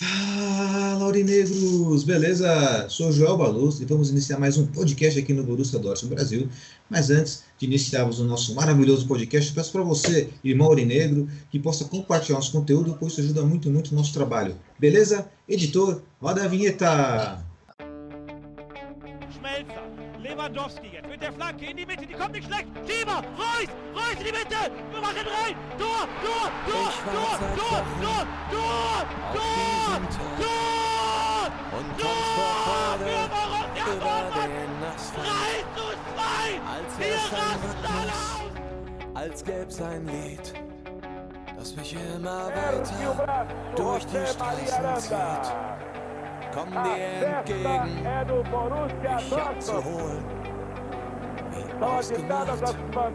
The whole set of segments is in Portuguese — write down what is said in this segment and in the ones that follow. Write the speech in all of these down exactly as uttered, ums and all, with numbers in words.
Fala, Aurinegros! Beleza? Sou o Joel Baluz e vamos iniciar mais um podcast aqui no Borussia Dortmund Brasil. Mas antes de iniciarmos o nosso maravilhoso podcast, peço para você, irmão Aurinegro, que possa compartilhar nosso conteúdo, pois isso ajuda muito, muito o nosso trabalho. Beleza? Editor, roda a vinheta! Schmelzer, Lewandowski jetzt mit der Flanke in die Mitte, die kommt nicht schlecht. Schieber, Reus, Reus in die Mitte, wir machen rein. Tor, Tor, Tor, Tor, Tor, Tor, Tor, Tor, Tor, und Tor, kommt vor Freude für Borussia über Dortmund. den Asphalt. drei zu zwei, Als wir wär's ein rasten alle Rhythmus, aus. als gäb's ein Lied, das mich immer weiter durch die Straßen zieht. Komm dir entgegen, mich abzuholen, wie ausgemacht,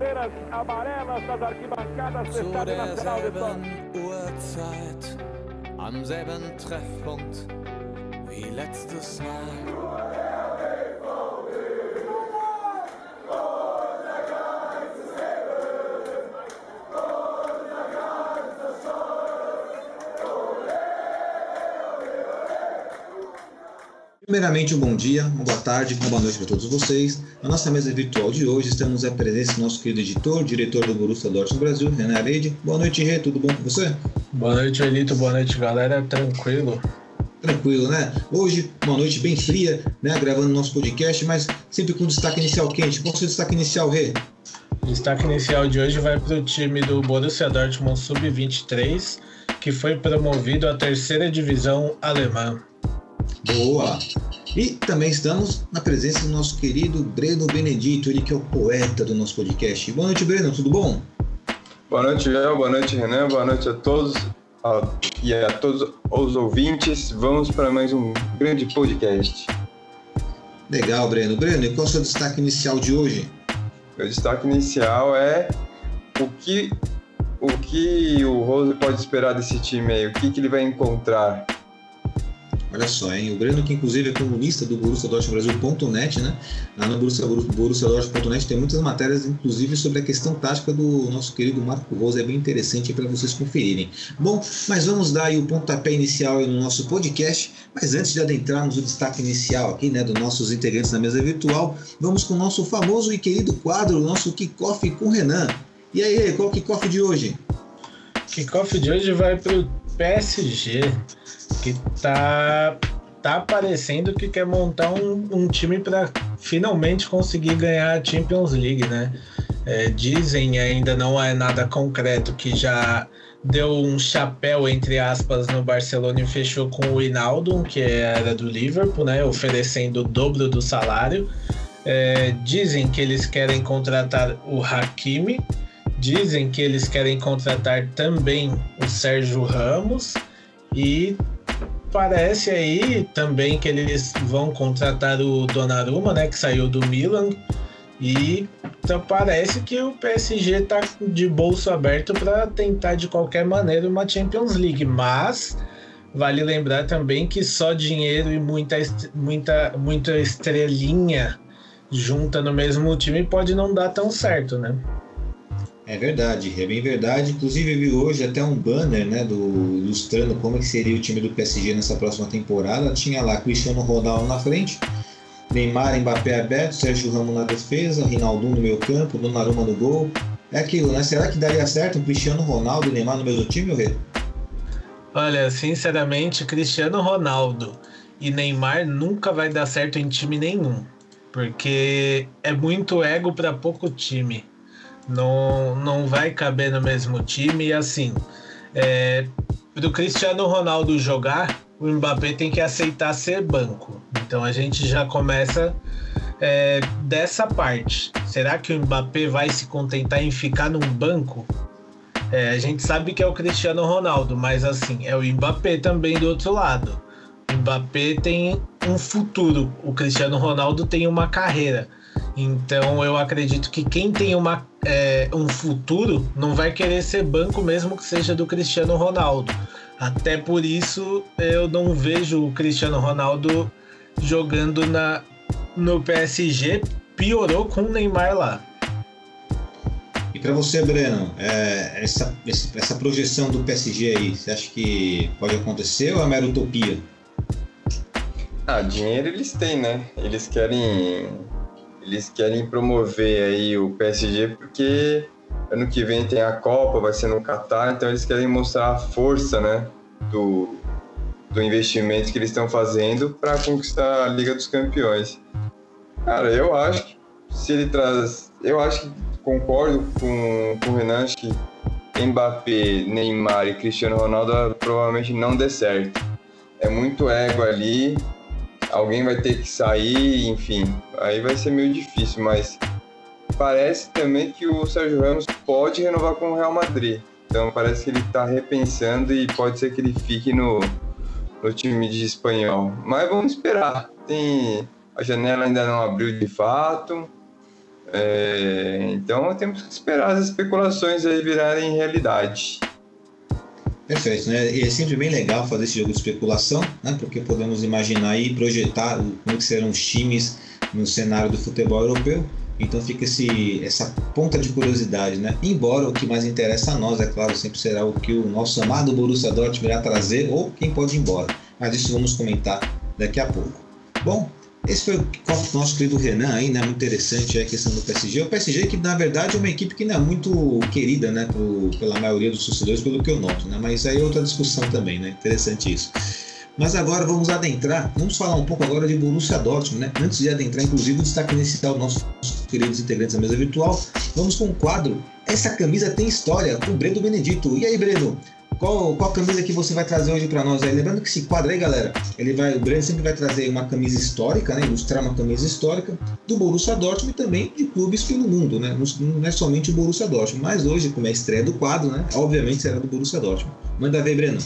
zu derselben Uhrzeit, am selben Treffpunkt wie letztes Mal. Primeiramente, um bom dia, uma boa tarde, uma boa noite para todos vocês. Na nossa mesa virtual de hoje, estamos à presença do nosso querido editor, diretor do Borussia Dortmund Brasil, Renan Areide. Boa noite, Rê, tudo bom com você? Boa noite, Elito, boa noite, galera, tranquilo? Tranquilo, né? Hoje, uma noite bem fria, né, gravando nosso podcast, mas sempre com destaque inicial quente. Qual é o seu destaque inicial, Rê? O destaque inicial de hoje vai para o time do Borussia Dortmund sub vinte e três, que foi promovido à terceira divisão alemã. Boa! E também estamos na presença do nosso querido Breno Benedito, ele que é o poeta do nosso podcast. Boa noite, Breno, tudo bom? Boa noite, Joel, boa noite, Renan, boa noite a todos a, e a todos os ouvintes. Vamos para mais um grande podcast. Legal, Breno. Breno, e qual é o seu destaque inicial de hoje? Meu destaque inicial é o que o, que o Rose pode esperar desse time aí, o que, que ele vai encontrar. Olha só, hein? O Breno, que inclusive é colunista do Borussia Dortmund Brasil ponto net, né? Lá no Borussia, Borussia Dortmund ponto net tem muitas matérias, inclusive sobre a questão tática do nosso querido Marco Rose. É bem interessante para vocês conferirem. Bom, mas vamos dar aí o pontapé inicial aí no nosso podcast. Mas antes de adentrarmos o destaque inicial aqui, né, dos nossos integrantes da mesa virtual, vamos com o nosso famoso e querido quadro, o nosso Kickoff com o Renan. E aí, qual é o Kickoff de hoje? O Kickoff de hoje vai para o P S G, que tá, tá parecendo que quer montar um, um time para finalmente conseguir ganhar a Champions League, né? É, dizem, ainda não é nada concreto, que já deu um chapéu, entre aspas, no Barcelona e fechou com o Wijnaldum, que era do Liverpool, né? Oferecendo o dobro do salário. É, dizem que eles querem contratar o Hakimi, dizem que eles querem contratar também o Sérgio Ramos e parece aí também que eles vão contratar o Donnarumma, né, que saiu do Milan, e então parece que o P S G está de bolso aberto para tentar de qualquer maneira uma Champions League, mas vale lembrar também que só dinheiro e muita, muita, muita estrelinha junta no mesmo time pode não dar tão certo, né? É verdade, é bem verdade. Inclusive eu vi hoje até um banner, né, do, ilustrando como é que seria o time do P S G nessa próxima temporada. Tinha lá Cristiano Ronaldo na frente, Neymar, Mbappé aberto, Sérgio Ramos na defesa, Wijnaldum no meio campo, Donnarumma no gol. É aquilo, né? Será que daria certo um Cristiano Ronaldo e Neymar no mesmo time, Rê? Olha, sinceramente, Cristiano Ronaldo e Neymar nunca vai dar certo em time nenhum, porque é muito ego para pouco time. Não, não vai caber no mesmo time. E assim, é, para o Cristiano Ronaldo jogar, o Mbappé tem que aceitar ser banco. Então a gente já começa é, dessa parte. Será que o Mbappé vai se contentar em ficar num banco? É, a gente sabe que é o Cristiano Ronaldo, mas assim, é o Mbappé também do outro lado. O Mbappé tem um futuro, o Cristiano Ronaldo tem uma carreira. Então eu acredito que quem tem uma, é, um futuro não vai querer ser banco, mesmo que seja do Cristiano Ronaldo. Até por isso eu não vejo o Cristiano Ronaldo jogando na, no P S G. Piorou com o Neymar lá. E para você, Breno, é, essa, essa projeção do P S G aí, você acha que pode acontecer ou é mera utopia? Ah, dinheiro eles têm, né? Eles querem, eles querem promover aí o P S G porque ano que vem tem a Copa, vai ser no Catar, então eles querem mostrar a força, né, do, do investimento que eles estão fazendo para conquistar a Liga dos Campeões. Cara, eu acho que se ele traz... Eu acho que concordo com, com o Renan, acho que Mbappé, Neymar e Cristiano Ronaldo provavelmente não dê certo. É muito ego ali, alguém vai ter que sair, enfim, aí vai ser meio difícil, mas parece também que o Sérgio Ramos pode renovar com o Real Madrid. Então parece que ele está repensando e pode ser que ele fique no, no time de espanhol. Mas vamos esperar. Tem, a janela ainda não abriu de fato. É, então temos que esperar as especulações aí virarem realidade. Perfeito, né? E é sempre bem legal fazer esse jogo de especulação, né? Porque podemos imaginar e projetar como que serão os times no cenário do futebol europeu. Então fica esse, essa ponta de curiosidade, né? Embora o que mais interessa a nós, é claro, sempre será o que o nosso amado Borussia Dortmund irá trazer ou quem pode ir embora. Mas isso vamos comentar daqui a pouco. Bom, esse foi o nosso querido Renan aí, né? Muito interessante a questão do P S G. O P S G que na verdade é uma equipe que não é muito querida, né? Por, pela maioria dos torcedores, pelo que eu noto, né? Mas aí é outra discussão também, né? Interessante isso. Mas agora vamos adentrar, vamos falar um pouco agora de Borussia Dortmund, né? Antes de adentrar, inclusive, o destaque inicial dos nossos queridos integrantes da mesa virtual, vamos com o quadro Essa Camisa Tem História, com o Breno Benedito. E aí, Breno, qual, qual camisa que você vai trazer hoje para nós aí? Lembrando que esse quadro aí, galera, ele vai, o Breno sempre vai trazer uma camisa histórica, né? Ilustrar uma camisa histórica do Borussia Dortmund e também de clubes pelo mundo, né? Não, não é somente o Borussia Dortmund, mas hoje, como é a estreia do quadro, né? Obviamente será do Borussia Dortmund. Manda ver, Breno.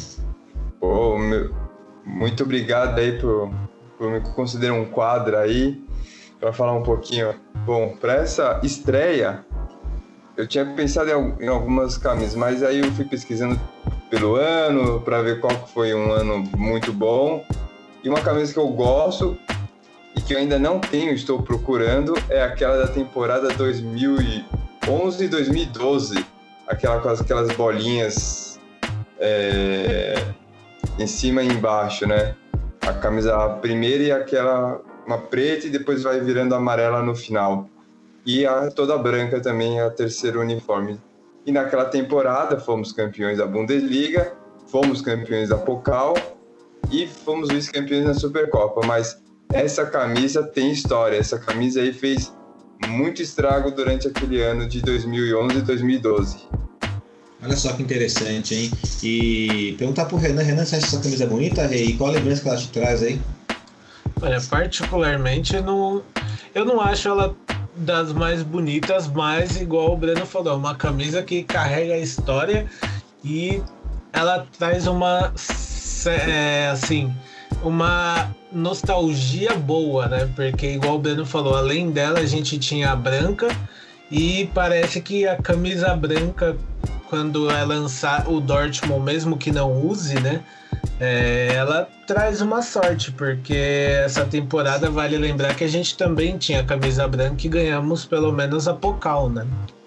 Ô, meu... Muito obrigado aí por, por me considerar um quadro aí para falar um pouquinho. Bom, para essa estreia, eu tinha pensado em algumas camisas, mas aí eu fui pesquisando pelo ano para ver qual foi um ano muito bom. E uma camisa que eu gosto e que eu ainda não tenho, estou procurando, é aquela da temporada dois mil e onze e dois mil e doze, aquela com aquelas bolinhas... É... em cima e embaixo, né? A camisa primeira e aquela uma preta e depois vai virando amarela no final. E a toda branca também, a terceira uniforme. E naquela temporada fomos campeões da Bundesliga, fomos campeões da Pokal e fomos vice-campeões na Supercopa. Mas essa camisa tem história. Essa camisa aí fez muito estrago durante aquele ano de dois mil e onze e dois mil e doze. Olha só que interessante, hein? E perguntar pro Renan, Renan, você acha essa camisa bonita, Rei? E qual a lembrança que ela te traz aí? Olha, particularmente, eu não, eu não acho ela das mais bonitas, mas igual o Breno falou, uma camisa que carrega a história e ela traz uma, é, assim, uma nostalgia boa, né? Porque igual o Breno falou, além dela a gente tinha a branca e parece que a camisa branca, quando é lançar o Dortmund, mesmo que não use, né, é, ela traz uma sorte, porque essa temporada vale lembrar que a gente também tinha a camisa branca e ganhamos pelo menos a Pokal, né?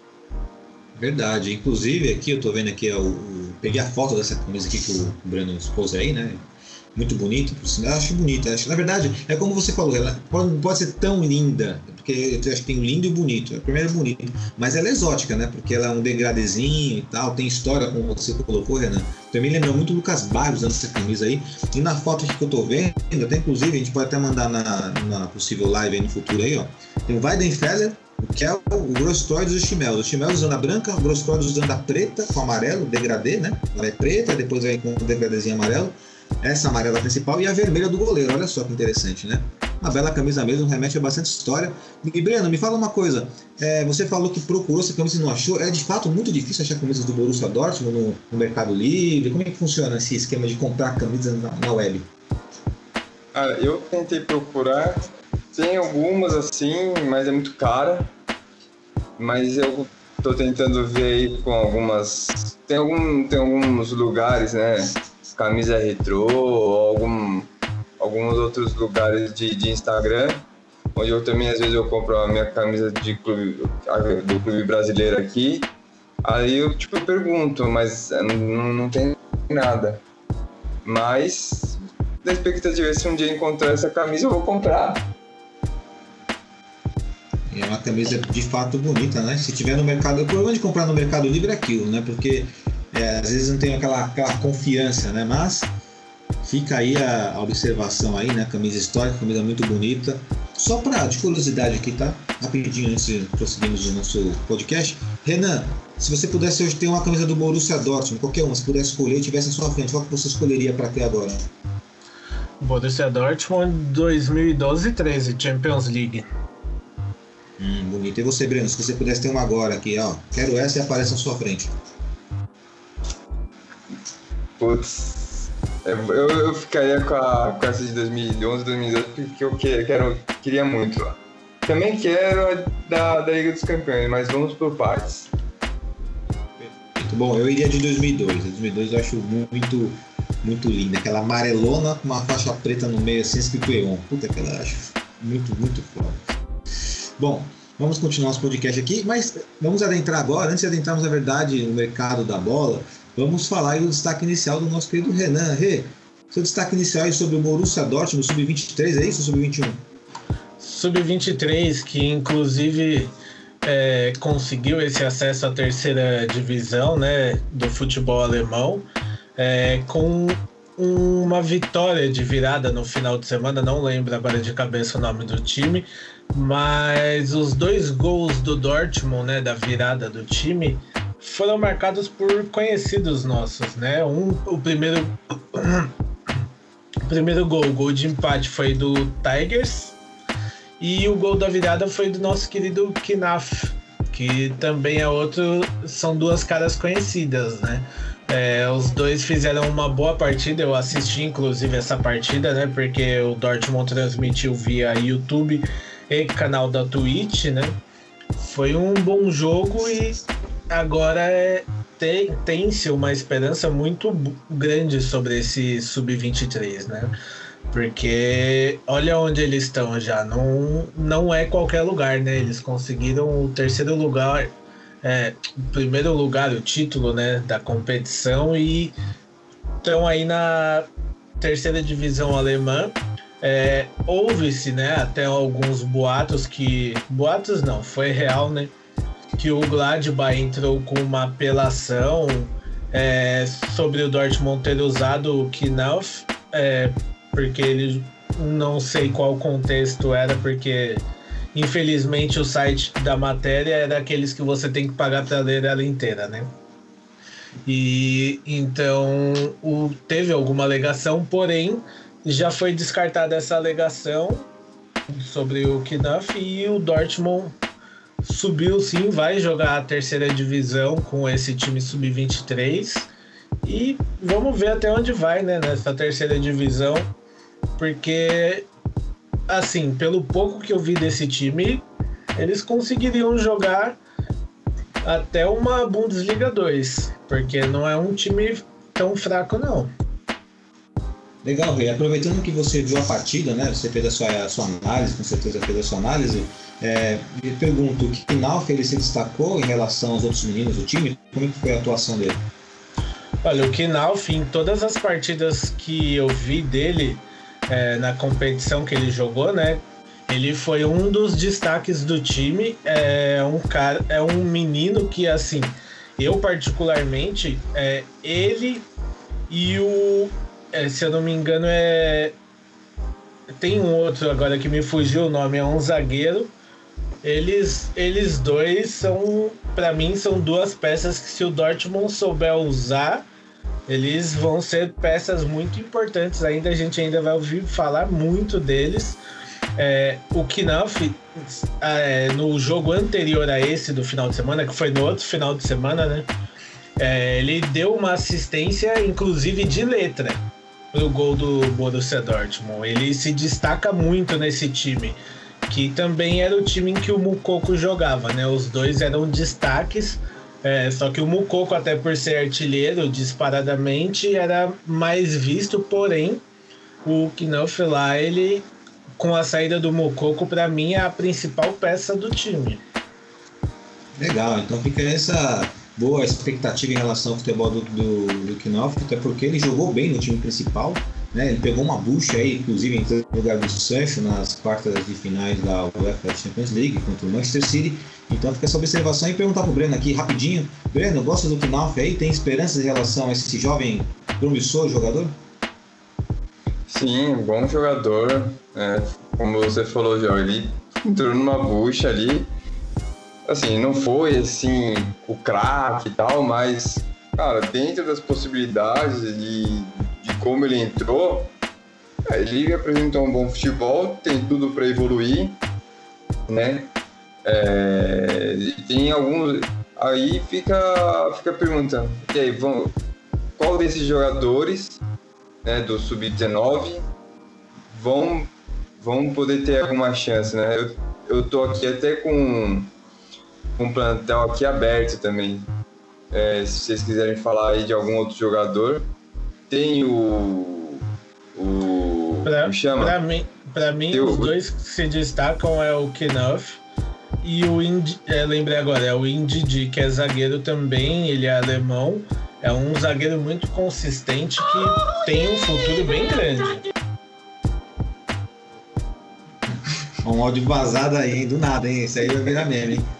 Verdade, inclusive aqui eu tô vendo aqui, ó, o, peguei a foto dessa camisa aqui que o Breno expôs aí, né? Muito bonito, por sinal, acho bonita. Acho, na verdade, é como você falou, ela pode, pode ser tão linda, porque eu acho que tem o lindo e o bonito. A primeira é bonita, mas ela é exótica, né? Porque ela é um degradezinho e tal, tem história, como você colocou, Renan. Também lembra muito o Lucas Barros usando essa camisa aí. E na foto aqui que eu tô vendo, até inclusive, a gente pode até mandar na, na possível live aí no futuro aí, ó. Tem o Weidenfeller, que é o, o Grosskreutz e o Schimmel. O Schimmel usando a branca, o Grosskreutz usando a preta com amarelo, degradê, né? Ela é preta, depois vem com o degradezinho amarelo. Essa amarela principal e a vermelha do goleiro. Olha só que interessante, né? Uma bela camisa mesmo, remete a bastante história. E Breno, me fala uma coisa. É, você falou que procurou essa camisa e não achou. É de fato muito difícil achar camisas do Borussia Dortmund no, no Mercado Livre? Como é que funciona esse esquema de comprar camisas na, na web? Ah, eu tentei procurar. Tem algumas assim, mas é muito cara. Mas eu tô tentando ver aí com algumas... Tem, algum, tem alguns lugares, né? Camisa retrô, ou algum, alguns outros lugares de, de Instagram, onde eu também às vezes eu compro a minha camisa de clube, do clube brasileiro aqui, Aí eu, tipo, pergunto, mas não, não tem nada. Mas, da expectativa, se um dia encontrar essa camisa, eu vou comprar. É uma camisa de fato bonita, né? Se tiver no mercado... O problema de comprar no Mercado Livre é aquilo, né? Porque é, às vezes não tem aquela, aquela confiança, né? Mas fica aí a, a observação aí, né? Camisa histórica, camisa muito bonita. Só para de curiosidade aqui, tá? Rapidinho, antes de prosseguirmos o nosso podcast. Renan, se você pudesse hoje ter uma camisa do Borussia Dortmund, qualquer uma, se pudesse escolher e tivesse na sua frente, qual que você escolheria para ter agora? Borussia Dortmund dois mil e doze e treze, Champions League. Hum, bonito. E você, Breno, se você pudesse ter uma agora aqui, ó, quero essa e aparece na sua frente. Putz, eu, eu ficaria com, a, com essa de dois mil e onze, dois mil e doze, porque eu que, quero, queria muito lá. Também quero a da, da Liga dos Campeões, mas vamos por partes. Muito bom, eu iria de dois mil e dois. dois mil e dois eu acho muito, muito linda. Aquela amarelona com uma faixa preta no meio, assim, escrito E O N. Puta, aquela eu acho muito, muito foda. Bom, vamos continuar nosso podcast aqui, mas vamos adentrar agora, antes de adentrarmos, na verdade, no mercado da bola, vamos falar aí do destaque inicial do nosso querido Renan. Rê, seu destaque inicial aí sobre o Borussia Dortmund, sub vinte e três, é isso ou sub vinte e um? sub vinte e três, que inclusive é, conseguiu esse acesso à terceira divisão, né, do futebol alemão, é, com uma vitória de virada no final de semana, não lembro agora de cabeça o nome do time, mas os dois gols do Dortmund, né, da virada do time, foram marcados por conhecidos nossos, né? Um, o primeiro, o primeiro gol, o gol de empate foi do Tigers e o gol da virada foi do nosso querido Knaf, que também é outro, são duas caras conhecidas, né? É, os dois fizeram uma boa partida, eu assisti inclusive essa partida, né? Porque o Dortmund transmitiu via YouTube e canal da Twitch, né? Foi um bom jogo e agora é, tem, tem-se uma esperança muito grande sobre esse sub vinte e três, né? Porque olha onde eles estão já, não, não é qualquer lugar, né? Eles conseguiram o terceiro lugar, é, o primeiro lugar, o título, né, da competição e estão aí na terceira divisão alemã. É, houve-se, né, até alguns boatos que... Boatos não, foi real, né? Que o Gladbach entrou com uma apelação é, sobre o Dortmund ter usado o Knaf, é, porque ele... Não sei qual contexto era, porque infelizmente o site da matéria é daqueles que você tem que pagar para ler ela inteira, né? E então o, teve alguma alegação, porém já foi descartada essa alegação sobre o Knaf e o Dortmund subiu sim, vai jogar a terceira divisão com esse time sub vinte e três e vamos ver até onde vai, né, nessa terceira divisão, porque assim, pelo pouco que eu vi desse time, eles conseguiriam jogar até uma Bundesliga dois, porque não é um time tão fraco não. Legal, Rei. Aproveitando que você viu a partida, né? Você fez a sua, a sua análise, com certeza fez a sua análise. É, me pergunto, o Knaf ele se destacou em relação aos outros meninos do time? Como é que foi a atuação dele? Olha, o Knaf, em todas as partidas que eu vi dele é, na competição que ele jogou, né? Ele foi um dos destaques do time. É um cara, é um menino que, assim, eu particularmente, é, ele e o É, se eu não me engano, é... tem um outro agora que me fugiu o nome, é um zagueiro. Eles, eles dois são, para mim, são duas peças que, se o Dortmund souber usar, eles vão ser peças muito importantes. Ainda a gente ainda vai ouvir falar muito deles. É, o Knaf, é, no jogo anterior a esse do final de semana, que foi no outro final de semana, né? É, ele deu uma assistência, inclusive de letra, pro gol do Borussia Dortmund. Ele se destaca muito nesse time, que também era o time em que o Moukoko jogava, né? Os dois eram destaques, é, só que o Moukoko, até por ser artilheiro disparadamente, era mais visto, porém o Knaf lá, ele, com a saída do Moukoko, para mim é a principal peça do time. Legal, então fica essa, boa expectativa em relação ao futebol do, do, do Knauf, até porque ele jogou bem no time principal, né? Ele pegou uma bucha aí, inclusive entrando no lugar do Sancho nas quartas de finais da UEFA Champions League contra o Manchester City. Então fica essa observação e perguntar pro Breno aqui rapidinho. Breno, gosta do Knauf aí? Tem esperanças em relação a esse jovem promissor jogador? Sim, bom jogador. É, como você falou, João, ele entrou numa bucha ali. Assim, não foi assim o craque e tal, mas, cara, dentro das possibilidades e de como ele entrou, ele apresentou um bom futebol, tem tudo para evoluir, né? É, e tem alguns. Aí fica, fica perguntando, e aí, vamos, qual desses jogadores, né, do sub dezenove vão, vão poder ter alguma chance, né? Eu, eu tô aqui até com um plantel aqui aberto também. É, se vocês quiserem falar aí de algum outro jogador, tem o. o pra, chama? Pra mim, pra mim tem os o, dois que se destacam é o Knauf e o Indi, é, lembrei agora, é o Ndidi, que é zagueiro também, ele é alemão, é um zagueiro muito consistente que tem um futuro bem grande. Um áudio vazado aí, hein? Do nada, hein? Esse aí vai virar meme, hein?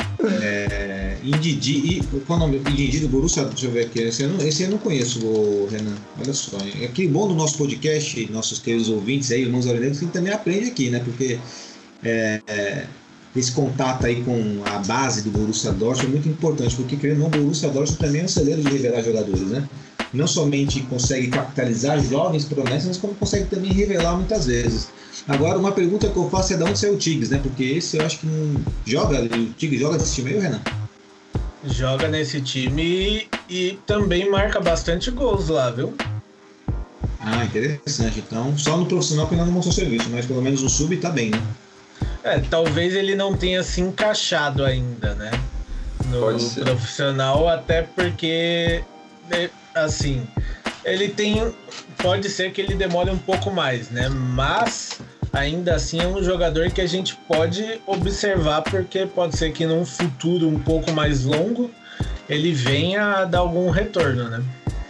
É, Ndidi, e qual é o nome? Ndidi do Borussia? Deixa eu ver aqui. Esse eu não, esse eu não conheço, o Renan. Olha só. É que bom do nosso podcast, nossos queridos ouvintes aí, irmãos aurinegros, que também aprende aqui, né? Porque é, é, esse contato aí com a base do Borussia Dortmund é muito importante, porque querendo ou não, o Borussia Dortmund também é um celeiro de revelar jogadores, né? Não somente consegue capitalizar jovens promessas, mas como consegue também revelar muitas vezes. Agora, uma pergunta que eu faço é de onde saiu o Tigres, né? Porque esse eu acho que não joga, o Tigres joga nesse time aí, Renan? Joga nesse time e, e também marca bastante gols lá, viu? Ah, interessante. Então, só no profissional que ainda não mostrou serviço, mas pelo menos no sub tá bem, né? É, talvez ele não tenha se encaixado ainda, né? No profissional, até porque, assim, ele tem... Pode ser que ele demore um pouco mais, né? Mas, ainda assim, é um jogador que a gente pode observar, porque pode ser que num futuro um pouco mais longo, ele venha a dar algum retorno, né?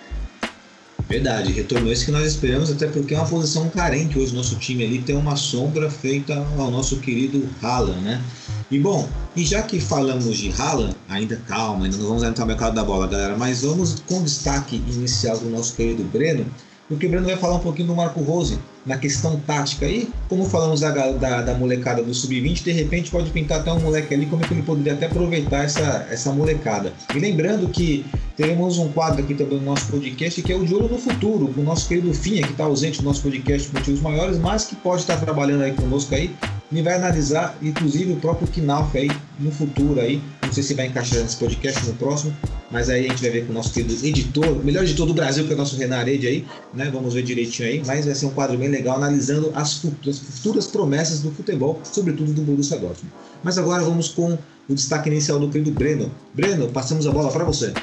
Verdade, retorno esse que nós esperamos, até porque é uma posição carente hoje. Nosso time ali tem uma sombra feita ao nosso querido Haaland, né? E bom, e já que falamos de Haaland, ainda calma, ainda não vamos entrar no mercado da bola, galera, mas vamos com destaque inicial do nosso querido Breno, porque o Breno vai falar um pouquinho do Marco Rose na questão tática aí, como falamos da, da, da molecada do sub vinte, de repente pode pintar até um moleque ali, como é que ele poderia até aproveitar essa, essa molecada. E lembrando que teremos um quadro aqui também no nosso podcast, que é o De Olho no Futuro, com o nosso querido Finha, que está ausente do nosso podcast por motivos maiores, mas que pode estar trabalhando aí conosco aí, e vai analisar, inclusive, o próprio Knauf aí no futuro aí. Não sei se vai encaixar nesse podcast no próximo, mas aí a gente vai ver com o nosso querido editor, o melhor editor do Brasil, que é o nosso Renan Arede aí, né? Vamos ver direitinho aí, mas vai ser um quadro bem legal, analisando as futuras, futuras promessas do futebol, sobretudo do Borussia Dortmund. Mas agora vamos com o destaque inicial do querido Breno. Breno, passamos a bola para você.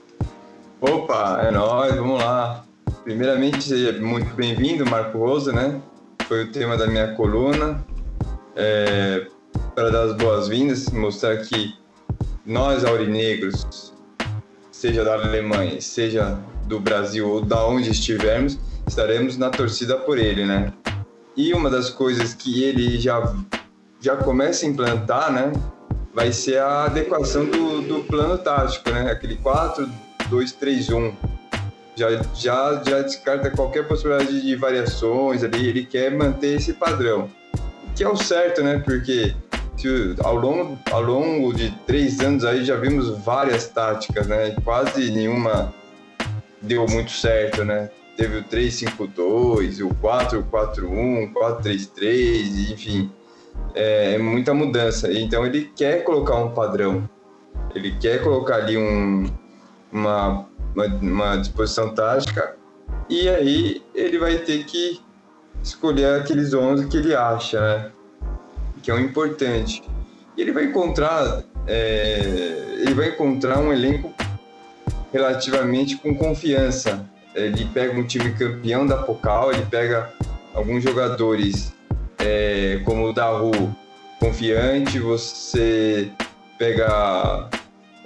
Opa, é nóis, vamos lá. Primeiramente, seja muito bem-vindo, Marco Rose, né? Foi o tema da minha coluna. É, para dar as boas-vindas, mostrar que nós, aurinegros, seja da Alemanha, seja do Brasil ou da onde estivermos, estaremos na torcida por ele, né? E uma das coisas que ele já, já começa a implantar, né, vai ser a adequação do, do plano tático, né? Aquele quatro dois três um. Já, já, já descarta qualquer possibilidade de variações ali, ele quer manter esse padrão. Que é o certo, né? Porque se, ao, longo, ao longo de três anos aí já vimos várias táticas, né? Quase nenhuma deu muito certo, né? Teve o três cinco dois, o quatro quatro um, quatro três três, enfim. É, é muita mudança. Então ele quer colocar um padrão. Ele quer colocar ali um, uma, uma, uma disposição tática e aí ele vai ter que escolher aqueles onze que ele acha, né? Que é o importante. E ele vai encontrar, é, ele vai encontrar um elenco relativamente com confiança. Ele pega um time campeão da Pokal, ele pega alguns jogadores é, como o Daru, confiante. Você pega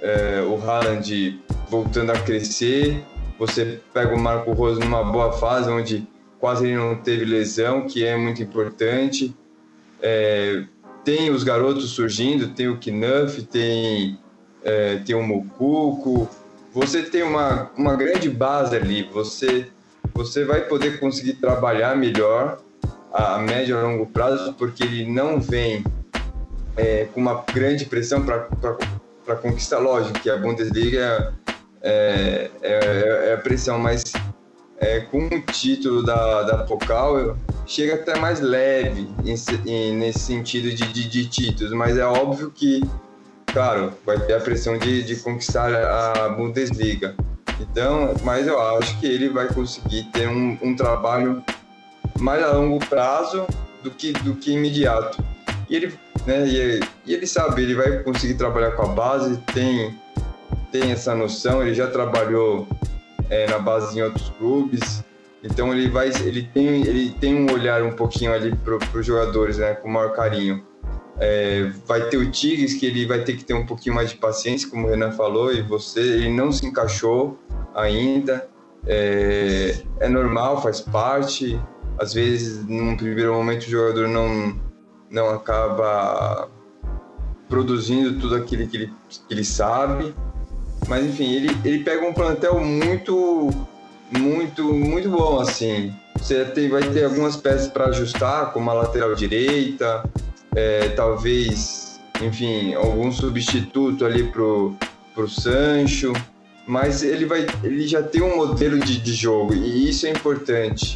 é, o Haaland voltando a crescer, você pega o Marco Rose numa boa fase, onde quase ele não teve lesão, que é muito importante. É, tem os garotos surgindo, tem o Knuff, tem, é, tem o Moukoko. Você tem uma, uma grande base ali, você, você vai poder conseguir trabalhar melhor a, a médio e a longo prazo, porque ele não vem é, com uma grande pressão para conquistar. Lógico que a Bundesliga é, é, é a pressão, mas é, com o título da, da Pokal chega até mais leve em, em, nesse sentido de, de, de títulos, mas é óbvio que, claro, vai ter a pressão de, de conquistar a Bundesliga. Então, mas eu acho que ele vai conseguir ter um, um trabalho mais a longo prazo do que, do que imediato. E ele, né, e, e ele sabe, ele vai conseguir trabalhar com a base, tem, tem essa noção, ele já trabalhou é, na base em outros clubes. Então ele vai, ele tem, ele tem um olhar um pouquinho ali para os jogadores, né, com o maior carinho. É, vai ter o Tigres, que ele vai ter que ter um pouquinho mais de paciência, como o Renan falou, e você, ele não se encaixou ainda. É, é normal, faz parte. Às vezes, num primeiro momento, o jogador não, não acaba produzindo tudo aquilo que ele, que ele sabe. Mas enfim, ele, ele pega um plantel muito... muito, muito bom, assim. Você tem, vai ter algumas peças para ajustar, como a lateral direita, é, talvez, enfim, algum substituto ali pro, pro Sancho, mas ele, vai, ele já tem um modelo de, de jogo, e isso é importante,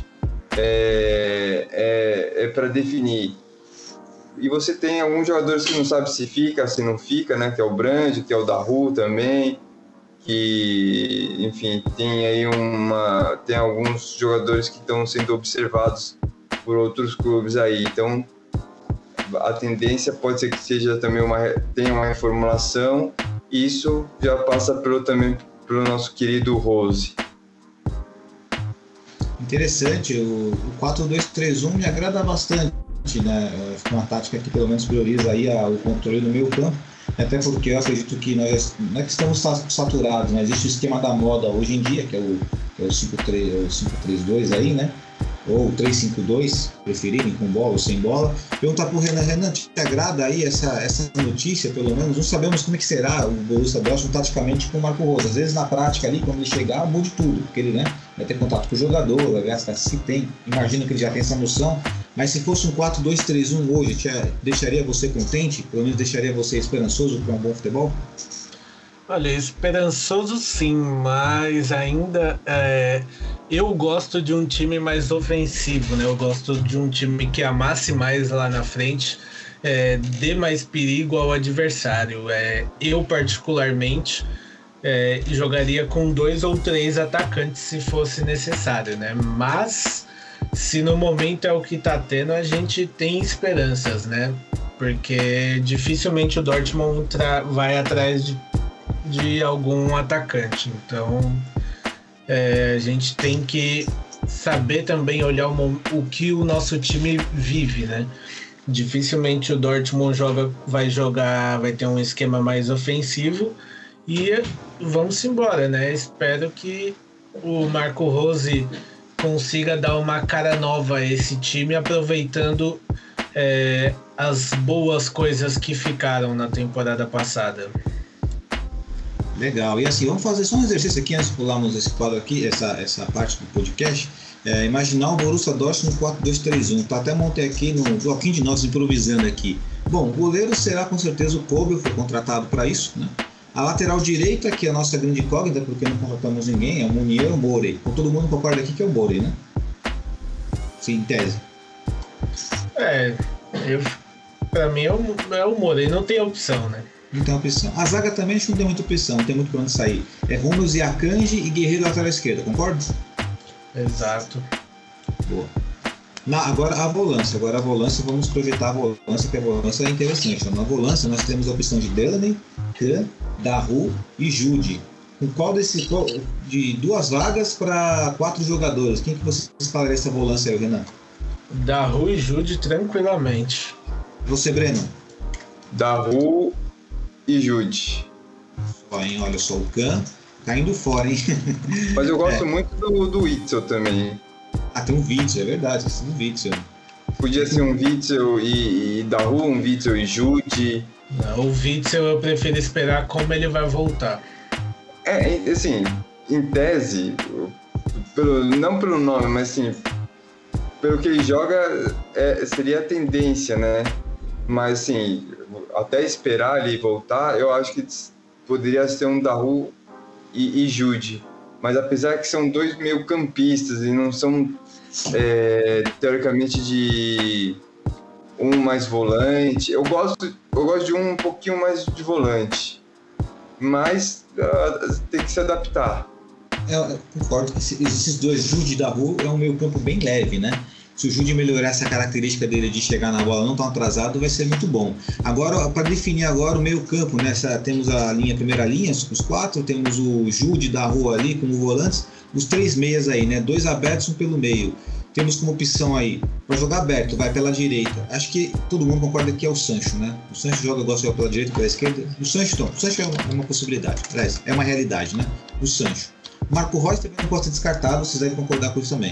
é, é, é para definir. E você tem alguns jogadores que não sabe se fica, se não fica, né, que é o Brand, que é o Daru também, que, enfim, tem aí uma, tem alguns jogadores que estão sendo observados por outros clubes aí, então a tendência pode ser que seja também uma, tenha uma reformulação, e isso já passa pelo, também pelo nosso querido Rose. Interessante, o, o quatro dois três um me agrada bastante, né? É uma tática que pelo menos prioriza aí a, o controle do meio campo. Até porque eu acredito que nós não é que estamos saturados, mas existe o esquema da moda hoje em dia, que é o, é o cinco três dois aí, né? Ou três cinco dois, preferirem, com bola ou sem bola. Perguntar pro Renan, Renan, te agrada aí essa, essa notícia, pelo menos? Não sabemos como é que será o Borussia Dortmund taticamente com o Marco Rose. Às vezes na prática ali, quando ele chegar, mude tudo, porque ele, né, vai ter contato com o jogador, vai gastar se tem. Imagino que ele já tem essa noção. Mas se fosse um quatro dois três um hoje, te, deixaria você contente? Pelo menos deixaria você esperançoso para um bom futebol? Olha, esperançoso sim, mas ainda é, eu gosto de um time mais ofensivo, né? Eu gosto de um time que amasse mais lá na frente, é, dê mais perigo ao adversário. É, eu, particularmente, é, jogaria com dois ou três atacantes se fosse necessário, né? Mas se no momento é o que tá tendo, a gente tem esperanças, né? Porque dificilmente o Dortmund tra- vai atrás de de algum atacante, então é, a gente tem que saber também olhar o, o que o nosso time vive, né? Dificilmente o Dortmund joga, vai jogar, vai ter um esquema mais ofensivo e vamos embora, né? Espero que o Marco Rose consiga dar uma cara nova a esse time, aproveitando é, as boas coisas que ficaram na temporada passada. Legal, e assim, vamos fazer só um exercício aqui antes de pularmos esse quadro aqui, essa, essa parte do podcast. É, imaginar o Borussia Dortmund no quatro dois três um, tá? Até montei aqui no bloquinho de notas, improvisando aqui. Bom, o goleiro será com certeza o Kobel, foi contratado para isso, né? A lateral direita, que é a nossa grande incógnita, porque não contratamos ninguém, é o Munier ou o Borey. Todo mundo concorda aqui que é o Borey, né? Sim, em tese. É, eu, pra mim é o, é o Borey, não tem opção, né? Não tem opção. A zaga também acho que não tem muita opção, não tem muito pra onde sair. É Hummels e Akanji e Guerreiro lateral esquerda, concorda? Exato. Boa. Na, agora a volância, agora a volância, vamos projetar a volância, que a volância é interessante. Na volância nós temos a opção de Delaney, Kahn, Daru e Jude. Com qual desse, de duas vagas para quatro jogadores? Quem que você falaria essa volância aí, Renan? Daru e Jude tranquilamente. Você, Breno? Daru e Jude. só, hein? Olha só, o Kahn caindo fora, hein? Mas eu gosto É. muito do, do Witzel também. Ah, tem um Witzel, é verdade, tem um Witzel. Podia ser um Witzel e, e Daru, um Witzel e Jude. Não, o Witzel eu prefiro esperar como ele vai voltar. É, assim, em tese, pelo, não pelo nome, mas assim, pelo que ele joga, é, seria a tendência, né? Mas assim, até esperar ele voltar, eu acho que poderia ser um Daru e, e Jude. Mas apesar que são dois meio campistas e não são, é, teoricamente, de um mais volante, eu gosto, eu gosto de um um pouquinho mais de volante. Mas uh, tem que se adaptar. É, eu concordo que esses dois, Jude e Daru, é um meio campo bem leve, né? Se o Jude melhorar essa característica dele de chegar na bola não tão atrasado, vai ser muito bom. Agora, para definir agora o meio campo, né? Essa, temos a linha, a primeira linha, os quatro, temos o Jude e Daru ali como volantes, os três meias aí, né? Dois abertos, um pelo meio. Temos como opção aí, para jogar aberto, vai pela direita. Acho que todo mundo concorda que é o Sancho, né? O Sancho joga, gosta de jogar pela direita, pela esquerda. O Sancho, então, o Sancho é uma, é uma possibilidade, aliás, é uma realidade, né? O Sancho. Marco Reus também não pode ser descartado, vocês devem concordar com isso também.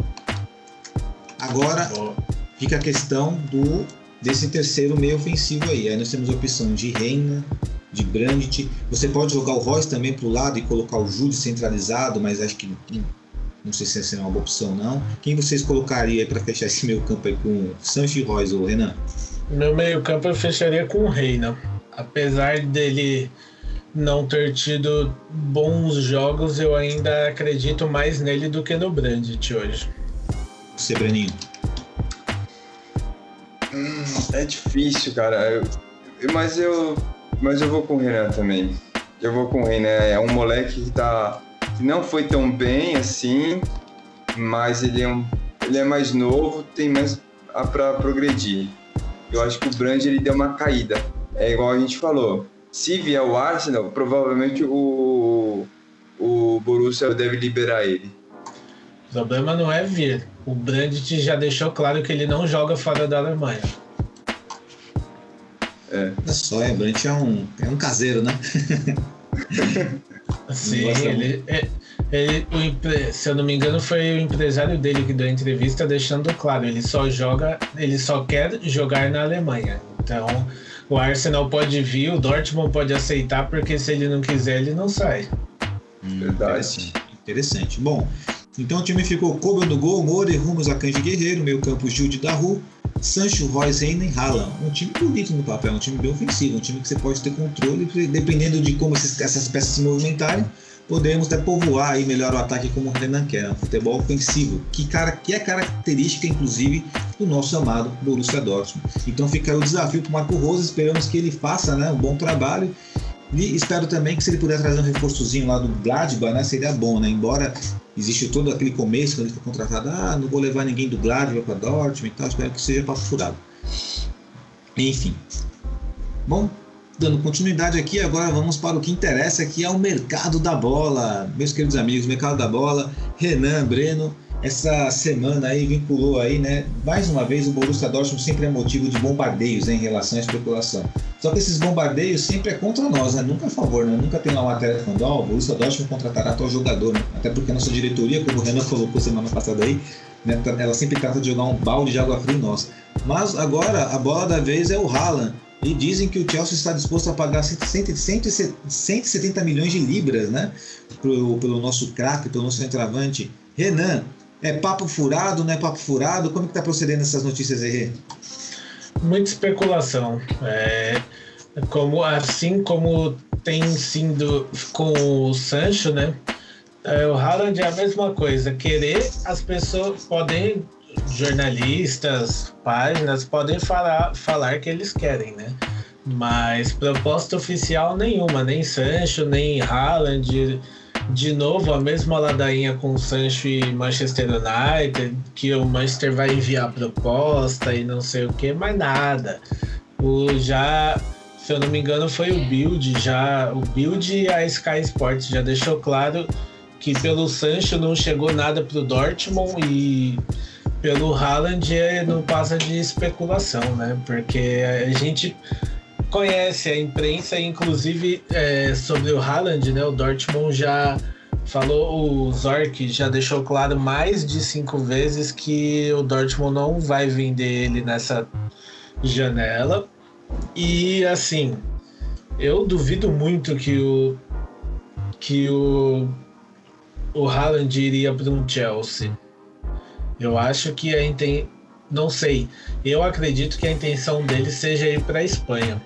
Agora, fica a questão do, desse terceiro meio ofensivo aí. Aí nós temos a opção de Reina, de Brandt. Você pode jogar o Reus também para o lado e colocar o Jude centralizado, mas acho que não sei se essa é uma boa opção não. Quem vocês colocariam para fechar esse meio campo aí com Sancho e Reus, ou Renan? Meu meio campo eu fecharia com o Reina. Apesar dele não ter tido bons jogos, eu ainda acredito mais nele do que no Brandt hoje. Você, Breninho? Hum, é difícil, cara. Eu, eu, mas, eu, mas eu vou com o Renan também. Eu vou com o Renan. É um moleque que, tá, que não foi tão bem assim, mas ele é, um, ele é mais novo, tem mais para progredir. Eu acho que o Brandt ele deu uma caída. É igual a gente falou. Se vier o Arsenal, provavelmente o, o Borussia deve liberar ele. O problema não é vir. O Brandt já deixou claro que ele não joga fora da Alemanha. É. Olha só, é, o Brandt é um, é um caseiro, né? Sim, ele, ele, ele, se eu não me engano, foi o empresário dele que deu a entrevista deixando claro, ele só joga, ele só quer jogar na Alemanha. Então, o Arsenal pode vir, o Dortmund pode aceitar, porque se ele não quiser, ele não sai. Hum, interessante. interessante. Bom, então o time ficou Kobe no gol, Moura, Hummels, Akanji, Guerreiro, meio campo Jude, Daru, Sancho, Reus, Reina e Haaland. Um time bonito no papel, um time bem ofensivo, um time que você pode ter controle, dependendo de como esses, essas peças se movimentarem, podemos até povoar aí melhor o ataque como o Renan quer, um futebol ofensivo, que, cara, que é característica, inclusive, do nosso amado Borussia Dortmund. Então fica o desafio para o Marco Rose, esperamos que ele faça, né, um bom trabalho. E espero também que se ele puder trazer um reforçozinho lá do Gladbach, né, seria bom, né? Embora existe todo aquele começo, quando ele foi contratado, ah, não vou levar ninguém do Gladbach para Dortmund e tal, espero que seja papo furado. Enfim. Bom, dando continuidade aqui, agora vamos para o que interessa, que é o mercado da bola. Meus queridos amigos, mercado da bola, Renan, Breno, essa semana aí vinculou aí, né, mais uma vez o Borussia Dortmund sempre é motivo de bombardeios, né, em relação à especulação. Só que esses bombardeios sempre é contra nós, né, nunca a favor, né, nunca tem uma matéria falando, ó, oh, o Borussia Dortmund contratará tal jogador, né? Até porque a nossa diretoria, como o Renan colocou semana passada aí, né, ela sempre trata de jogar um balde de água fria em nós. Mas agora a bola da vez é o Haaland. E dizem que o Chelsea está disposto a pagar cento e setenta milhões de libras, né, pro, pelo nosso craque, pelo nosso centroavante. Renan, é papo furado, não é papo furado? Como que está procedendo essas notícias aí? Muita especulação. É, como, assim como tem sido com o Sancho, né? É, o Haaland é a mesma coisa. Querer, as pessoas podem, jornalistas, páginas, podem falar, falar que eles querem, né? Mas proposta oficial nenhuma, nem Sancho, nem Haaland. De novo, a mesma ladainha com o Sancho e Manchester United, que o Manchester vai enviar proposta e não sei o que, mas nada. O, já, se eu não me engano, foi o Bild, já, o Bild e a Sky Sports já deixou claro que pelo Sancho não chegou nada pro Dortmund e pelo Haaland não passa de especulação, né? Porque a gente... conhece a imprensa, inclusive é, sobre o Haaland, né? O Dortmund já falou, o Zorc já deixou claro mais de cinco vezes que o Dortmund não vai vender ele nessa janela. E assim, eu duvido muito que o que o, o Haaland iria para um Chelsea. Eu acho que a inten... não sei, eu acredito que a intenção dele seja ir para a Espanha.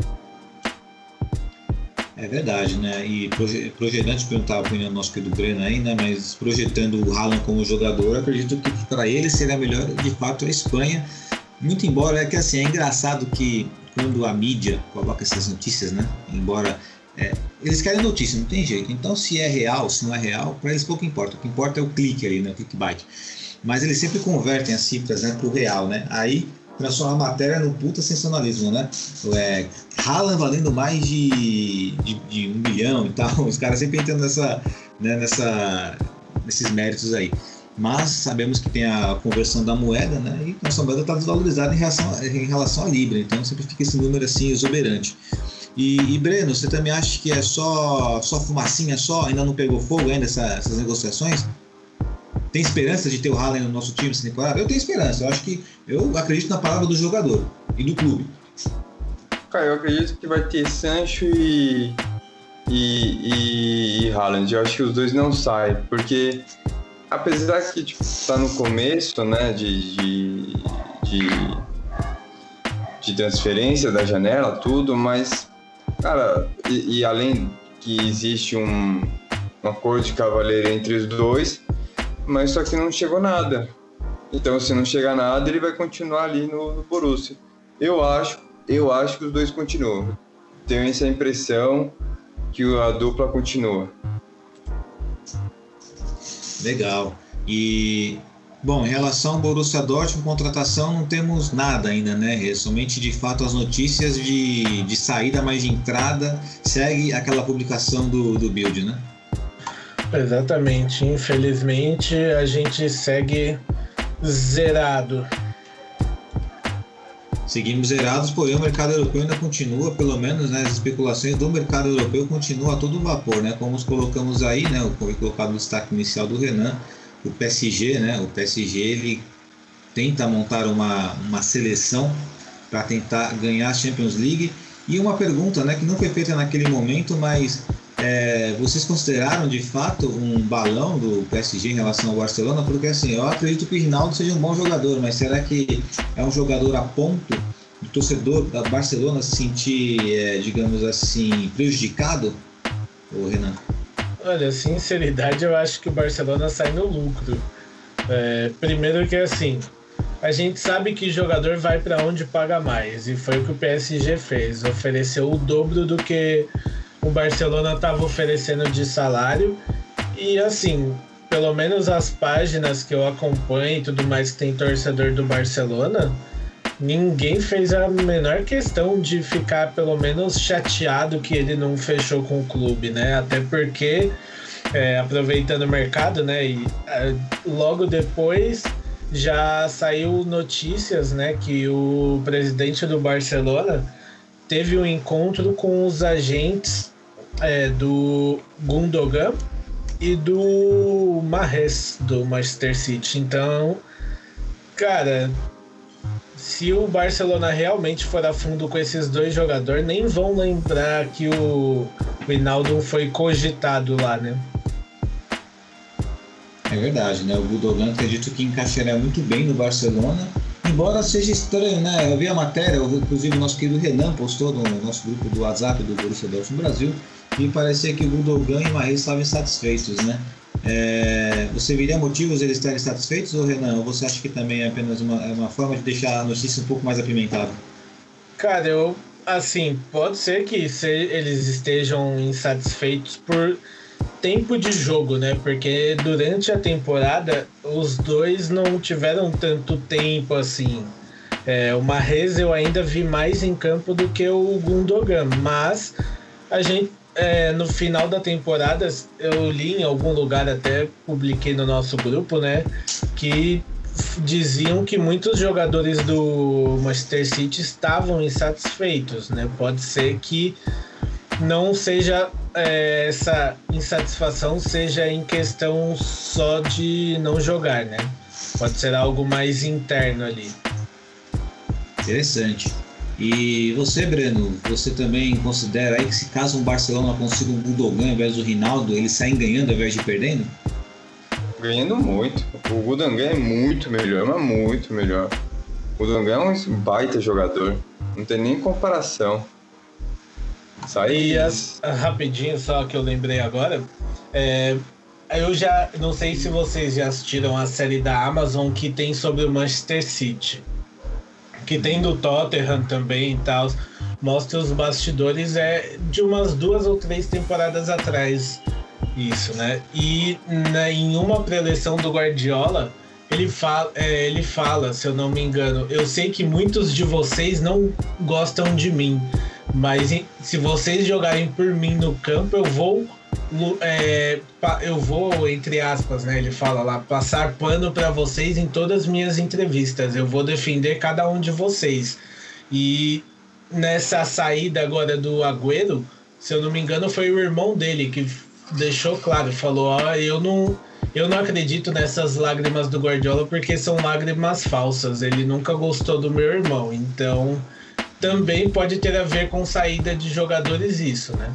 É verdade, né? E proje- projetando, te perguntar a opinião do nosso querido Breno aí, né? Mas projetando o Haaland como jogador, acredito que para ele seria melhor, de fato, a Espanha. Muito embora, é que assim, é engraçado que quando a mídia coloca essas notícias, né? Embora é, eles querem notícia, não tem jeito. Então, se é real, se não é real, para eles pouco importa. O que importa é o clique ali, né? O clickbait. Mas eles sempre convertem as cifras, né, para o real, né? Aí transforma a matéria no puta sensacionalismo, né? É, Haaland valendo mais de, de, de um bilhão e tal. Os caras sempre entram nessa, né, nessa, nesses méritos aí. Mas sabemos que tem a conversão da moeda, né? E a nossa moeda está desvalorizada em relação, em relação à Libra. Então sempre fica esse número assim exuberante. E, e Breno, você também acha que é só, só fumacinha, só? Ainda não pegou fogo ainda essa, essas negociações? Tem esperança de ter o Haaland no nosso time essa temporada? Eu tenho esperança. Eu acho que eu acredito na palavra do jogador e do clube. Cara, eu acredito que vai ter Sancho e e, e, e Haaland. Eu acho que os dois não saem, porque apesar que tipo, tá no começo, né, de, de, de, de transferência da janela, tudo, mas, cara, e, e além que existe um, um acordo de cavalheiro entre os dois, mas só que não chegou nada. Então, se não chegar nada, ele vai continuar ali no, no Borussia. Eu acho, eu acho que os dois continuam. Tenho essa impressão que a dupla continua. Legal. E, bom, em relação ao Borussia Dortmund, contratação, não temos nada ainda, né? Somente, de fato, as notícias de, de saída, mas de entrada, segue aquela publicação do, do Bild, né? Exatamente. Infelizmente, a gente segue zerado. Seguimos zerados, porém o mercado europeu ainda continua, pelo menos, né, as especulações do mercado europeu continuam a todo vapor, né? Como nos colocamos aí, né? Foi colocado no destaque inicial do Renan, o P S G, né? O P S G ele tenta montar uma, uma seleção para tentar ganhar a Champions League. E uma pergunta, né, que não foi feita naquele momento, mas é, vocês consideraram de fato um balão do P S G em relação ao Barcelona? Porque assim, eu acredito que o Ronaldo seja um bom jogador, mas será que é um jogador a ponto do torcedor da Barcelona se sentir, é, digamos assim, prejudicado, ô Renan? Olha, sinceridade, eu acho que o Barcelona sai no lucro. É, primeiro que assim, a gente sabe que jogador vai para onde paga mais, e foi o que o P S G fez, ofereceu o dobro do que o Barcelona estava oferecendo de salário. E assim, pelo menos as páginas que eu acompanho e tudo mais que tem torcedor do Barcelona, ninguém fez a menor questão de ficar pelo menos chateado que ele não fechou com o clube, né? Até porque, é, aproveitando o mercado, né, e é, logo depois já saiu notícias, né, que o presidente do Barcelona teve um encontro com os agentes é, do Gundogan e do Mahrez, do Manchester City. Então, cara, se o Barcelona realmente for a fundo com esses dois jogadores, nem vão lembrar que o Wijnaldum foi cogitado lá, né? É verdade, né? O Gundogan acredito que encaixaria muito bem no Barcelona, embora seja estranho, né? Eu vi a matéria, inclusive o nosso querido Renan postou no nosso grupo do WhatsApp do Borussia Dortmund Brasil, e parecia que o Gundogan e o Mahrez estavam insatisfeitos, né? É, você viria motivos eles estarem satisfeitos, ou Renan? Ou você acha que também é apenas uma, uma forma de deixar a notícia um pouco mais apimentada? Cara, eu, assim, pode ser que se eles estejam insatisfeitos por tempo de jogo, né? Porque durante a temporada os dois não tiveram tanto tempo assim. É, o Mahrez eu ainda vi mais em campo do que o Gundogan, mas a gente É, no final da temporada, eu li em algum lugar, até publiquei no nosso grupo, né, que diziam que muitos jogadores do Manchester City estavam insatisfeitos, né? Pode ser que não seja é, essa insatisfação seja em questão só de não jogar, né? Pode ser algo mais interno ali. Interessante. E você, Breno, você também considera aí que se caso um Barcelona consiga um Gundogan ao invés do Rinaldo, eles saem ganhando ao invés de perdendo? Ganhando muito. O Gundogan é muito melhor, mas muito melhor. O Gundogan é um baita jogador. Não tem nem comparação. Sai e as, rapidinho, só que eu lembrei agora. É, eu já não sei se vocês já assistiram a série da Amazon que tem sobre o Manchester City. Que tem do Tottenham também e tal. Mostra os bastidores é, de umas duas ou três temporadas atrás. Isso, né? E na, em uma preleção do Guardiola, ele fala, é, ele fala, se eu não me engano, eu sei que muitos de vocês não gostam de mim, mas em, se vocês jogarem por mim no campo, eu vou, é, eu vou, entre aspas, né? Ele fala lá, passar pano para vocês em todas as minhas entrevistas. Eu vou defender cada um de vocês. E nessa saída agora do Agüero, se eu não me engano, foi o irmão dele que deixou claro, falou, ó, eu não, eu não acredito nessas lágrimas do Guardiola porque são lágrimas falsas, ele nunca gostou do meu irmão, então também pode ter a ver com saída de jogadores isso, né?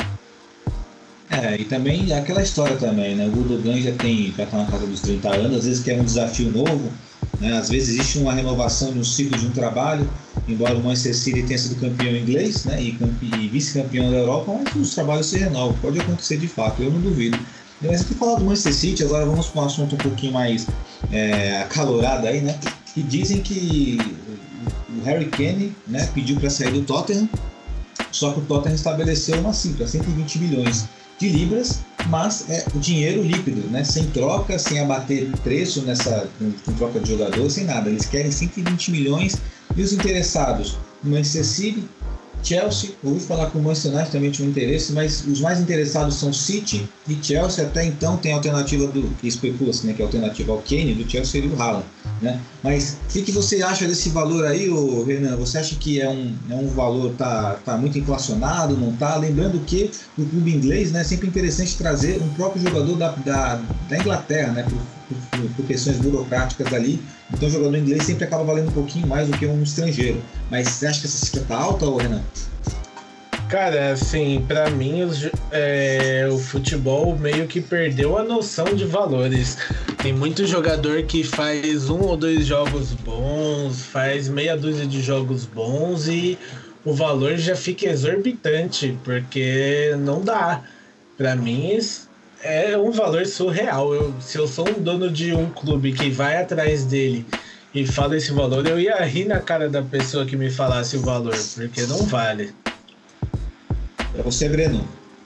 É, e também aquela história também, né, o Gundogan já tem, já tá na casa dos trinta anos, às vezes quer um desafio novo, né? Às vezes existe uma renovação de um ciclo de um trabalho, embora o Manchester City tenha sido campeão inglês, né, e, e vice-campeão da Europa, mas os trabalhos se renovam, pode acontecer de fato, eu não duvido. Mas aqui falar do Manchester City, agora vamos para um assunto um pouquinho mais é, acalorado aí, né, que dizem que o Harry Kane, né, pediu para sair do Tottenham, só que o Tottenham estabeleceu uma cifra, cento e vinte milhões de libras, mas é o dinheiro líquido, né? Sem troca, sem abater preço nessa com, com troca de jogador, sem nada. Eles querem cento e vinte milhões e os interessados no Manchester City, Chelsea, ouvi falar que o Manchester United também tinha um interesse, mas os mais interessados são City e Chelsea. Até então tem a alternativa do que especula-se, né, que a alternativa ao Kane, do Chelsea seria o Haaland, né? Mas o que, que você acha desse valor aí, ô, Renan? Você acha que é um, é um valor tá, tá muito inflacionado, não tá? Lembrando que o clube inglês, né, é sempre interessante trazer um próprio jogador da, da, da Inglaterra, né, por, por, por questões burocráticas ali. Então o jogador inglês sempre acaba valendo um pouquinho mais do que um estrangeiro. Mas você acha que essa cifra tá alta, ô, Renan? Cara, assim, pra mim os, é, o futebol meio que perdeu a noção de valores. Tem muito jogador que faz um ou dois jogos bons, faz meia dúzia de jogos bons e o valor já fica exorbitante, porque não dá. Pra mim é um valor surreal. Eu, se eu sou um dono de um clube que vai atrás dele e fala esse valor, eu ia rir na cara da pessoa que me falasse o valor, porque não vale. Para você, Breno.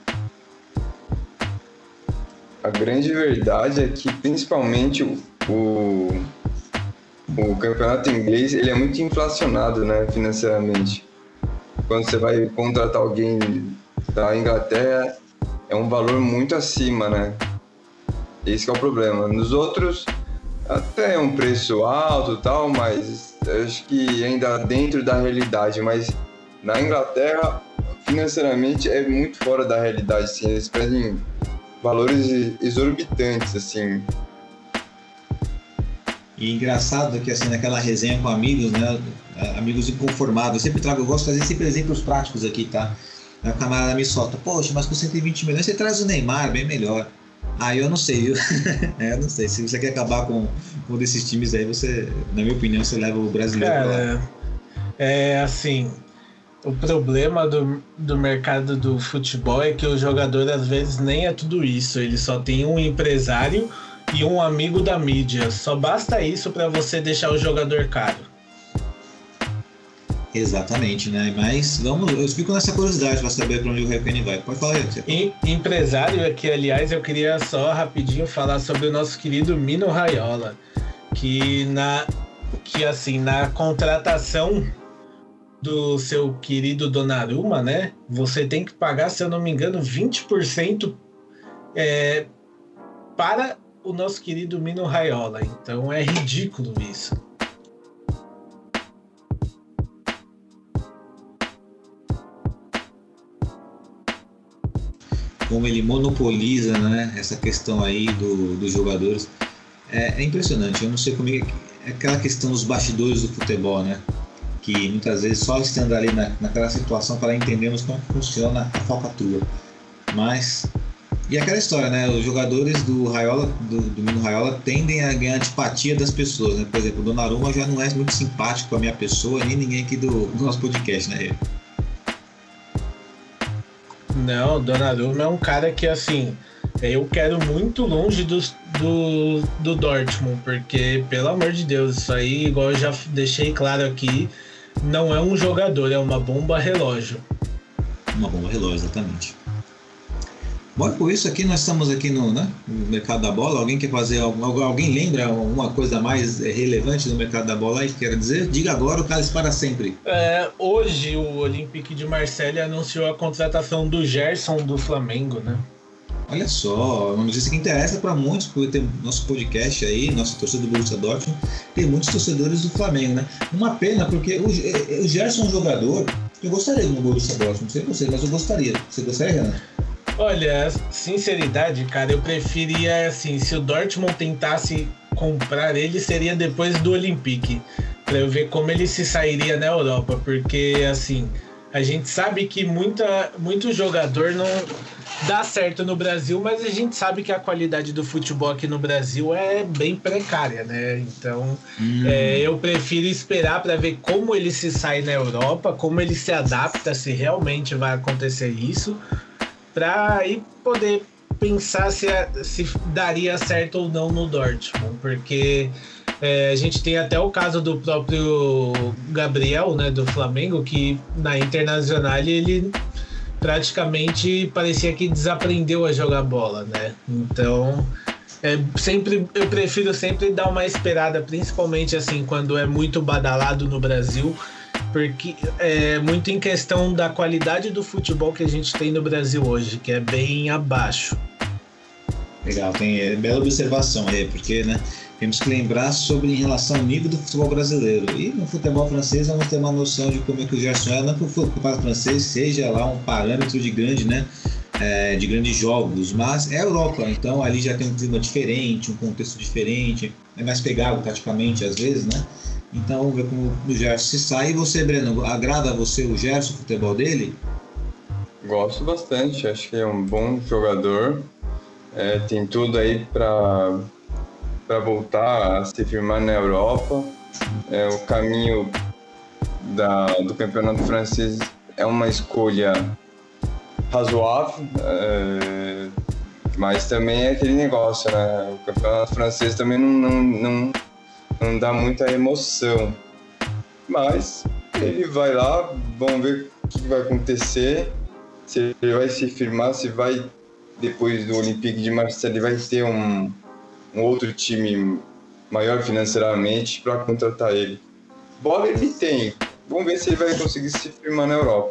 A grande verdade é que, principalmente, o, o, o campeonato inglês ele é muito inflacionado, né, financeiramente. Quando você vai contratar alguém da Inglaterra, é um valor muito acima, né? Esse que é o problema. Nos outros, até é um preço alto e tal, mas acho que ainda dentro da realidade. Mas na Inglaterra, financeiramente, é muito fora da realidade, assim. Eles pedem valores exorbitantes, assim. E engraçado que, assim, naquela resenha com amigos, né, amigos inconformados, eu sempre trago, eu gosto de fazer sempre exemplos práticos aqui, tá? A camarada me solta, poxa, mas com cento e vinte milhões você traz o Neymar, bem melhor. Ah, eu não sei, eu, é, eu não sei, se você quer acabar com um desses times aí, você, na minha opinião, você leva o brasileiro pra lá. Cara, é assim, o problema do, do mercado do futebol é que o jogador às vezes nem é tudo isso, ele só tem um empresário e um amigo da mídia, só basta isso para você deixar o jogador caro. Exatamente, né? Mas vamos, eu fico nessa curiosidade para saber para onde o Harry Kane vai. Pode falar, Renan. E empresário aqui, aliás, eu queria só rapidinho falar sobre o nosso querido Mino Raiola, que na que assim, na contratação do seu querido Donnarumma, né? Você tem que pagar, se eu não me engano, vinte por cento é, para o nosso querido Mino Raiola. Então é ridículo isso. Como ele monopoliza, né, essa questão aí do, dos jogadores. É, é impressionante. Eu não sei como é, é aquela questão dos bastidores do futebol, né? Que muitas vezes só estando ali na, naquela situação para entendermos como funciona a falcatrua. Mas... E aquela história, né? Os jogadores do Raiola, do, do Mino Raiola, tendem a ganhar antipatia das pessoas, né? Por exemplo, o Donnarumma já não é muito simpático com a minha pessoa, nem ninguém aqui do, do nosso podcast, né? Não, o Donnarumma é um cara que, assim, eu quero muito longe do, do, do Dortmund, porque, pelo amor de Deus, isso aí, igual eu já deixei claro aqui, não é um jogador, é uma bomba relógio. Uma bomba relógio, exatamente. Bom, por isso aqui nós estamos aqui no, né, no mercado da bola. Alguém quer fazer algum, alguém lembra alguma coisa mais relevante no mercado da bola aí que quer dizer? Diga agora, o cálice para sempre. É, hoje o Olympique de Marseille anunciou a contratação do Gerson do Flamengo, né? Olha só, uma notícia que interessa para muitos, porque tem nosso podcast aí, nosso torcedor do Borussia Dortmund, tem muitos torcedores do Flamengo, né? Uma pena, porque o, o Gerson é um jogador que eu gostaria no Borussia Dortmund, não sei você, mas eu gostaria. Você gostaria, Renan? Olha, sinceridade, cara, eu preferia, assim, se o Dortmund tentasse comprar ele, seria depois do Olympique, para eu ver como ele se sairia na Europa, porque, assim, a gente sabe que muita, muito jogador não dá certo no Brasil, mas a gente sabe que a qualidade do futebol aqui no Brasil é bem precária, né? Então, hum. é, eu prefiro esperar para ver como ele se sai na Europa, como ele se adapta, se realmente vai acontecer isso, para aí poder pensar se, se daria certo ou não no Dortmund, porque é, a gente tem até o caso do próprio Gabriel, né, do Flamengo, que na Internacional ele praticamente parecia que desaprendeu a jogar bola, né? Então, é, sempre, eu prefiro sempre dar uma esperada, principalmente assim quando é muito badalado no Brasil, porque é muito em questão da qualidade do futebol que a gente tem no Brasil hoje, que é bem abaixo. Legal, tem é, bela observação aí, porque, né, temos que lembrar sobre em relação ao nível do futebol brasileiro. E no futebol francês vamos ter uma noção de como é que o Gerson é, não que o futebol francês seja lá um parâmetro de grande, né, é, de grandes jogos, mas é a Europa, então ali já tem um clima diferente, um contexto diferente, é mais pegado taticamente às vezes, né? Então vamos ver como o Gerson se sai. E você, Breno, agrada a você o Gerson, o futebol dele? Gosto bastante, acho que é um bom jogador, é, tem tudo aí para para voltar a se firmar na Europa. É, o caminho da, do campeonato francês é uma escolha razoável, é, mas também é aquele negócio, né? O campeonato francês também não, não, não, não dá muita emoção, mas ele vai lá, vamos ver o que vai acontecer, se ele vai se firmar, se vai, depois do Olympique de Marseille, ele vai ter um um outro time maior financeiramente para contratar ele. Bola ele tem. Vamos ver se ele vai conseguir se firmar na Europa.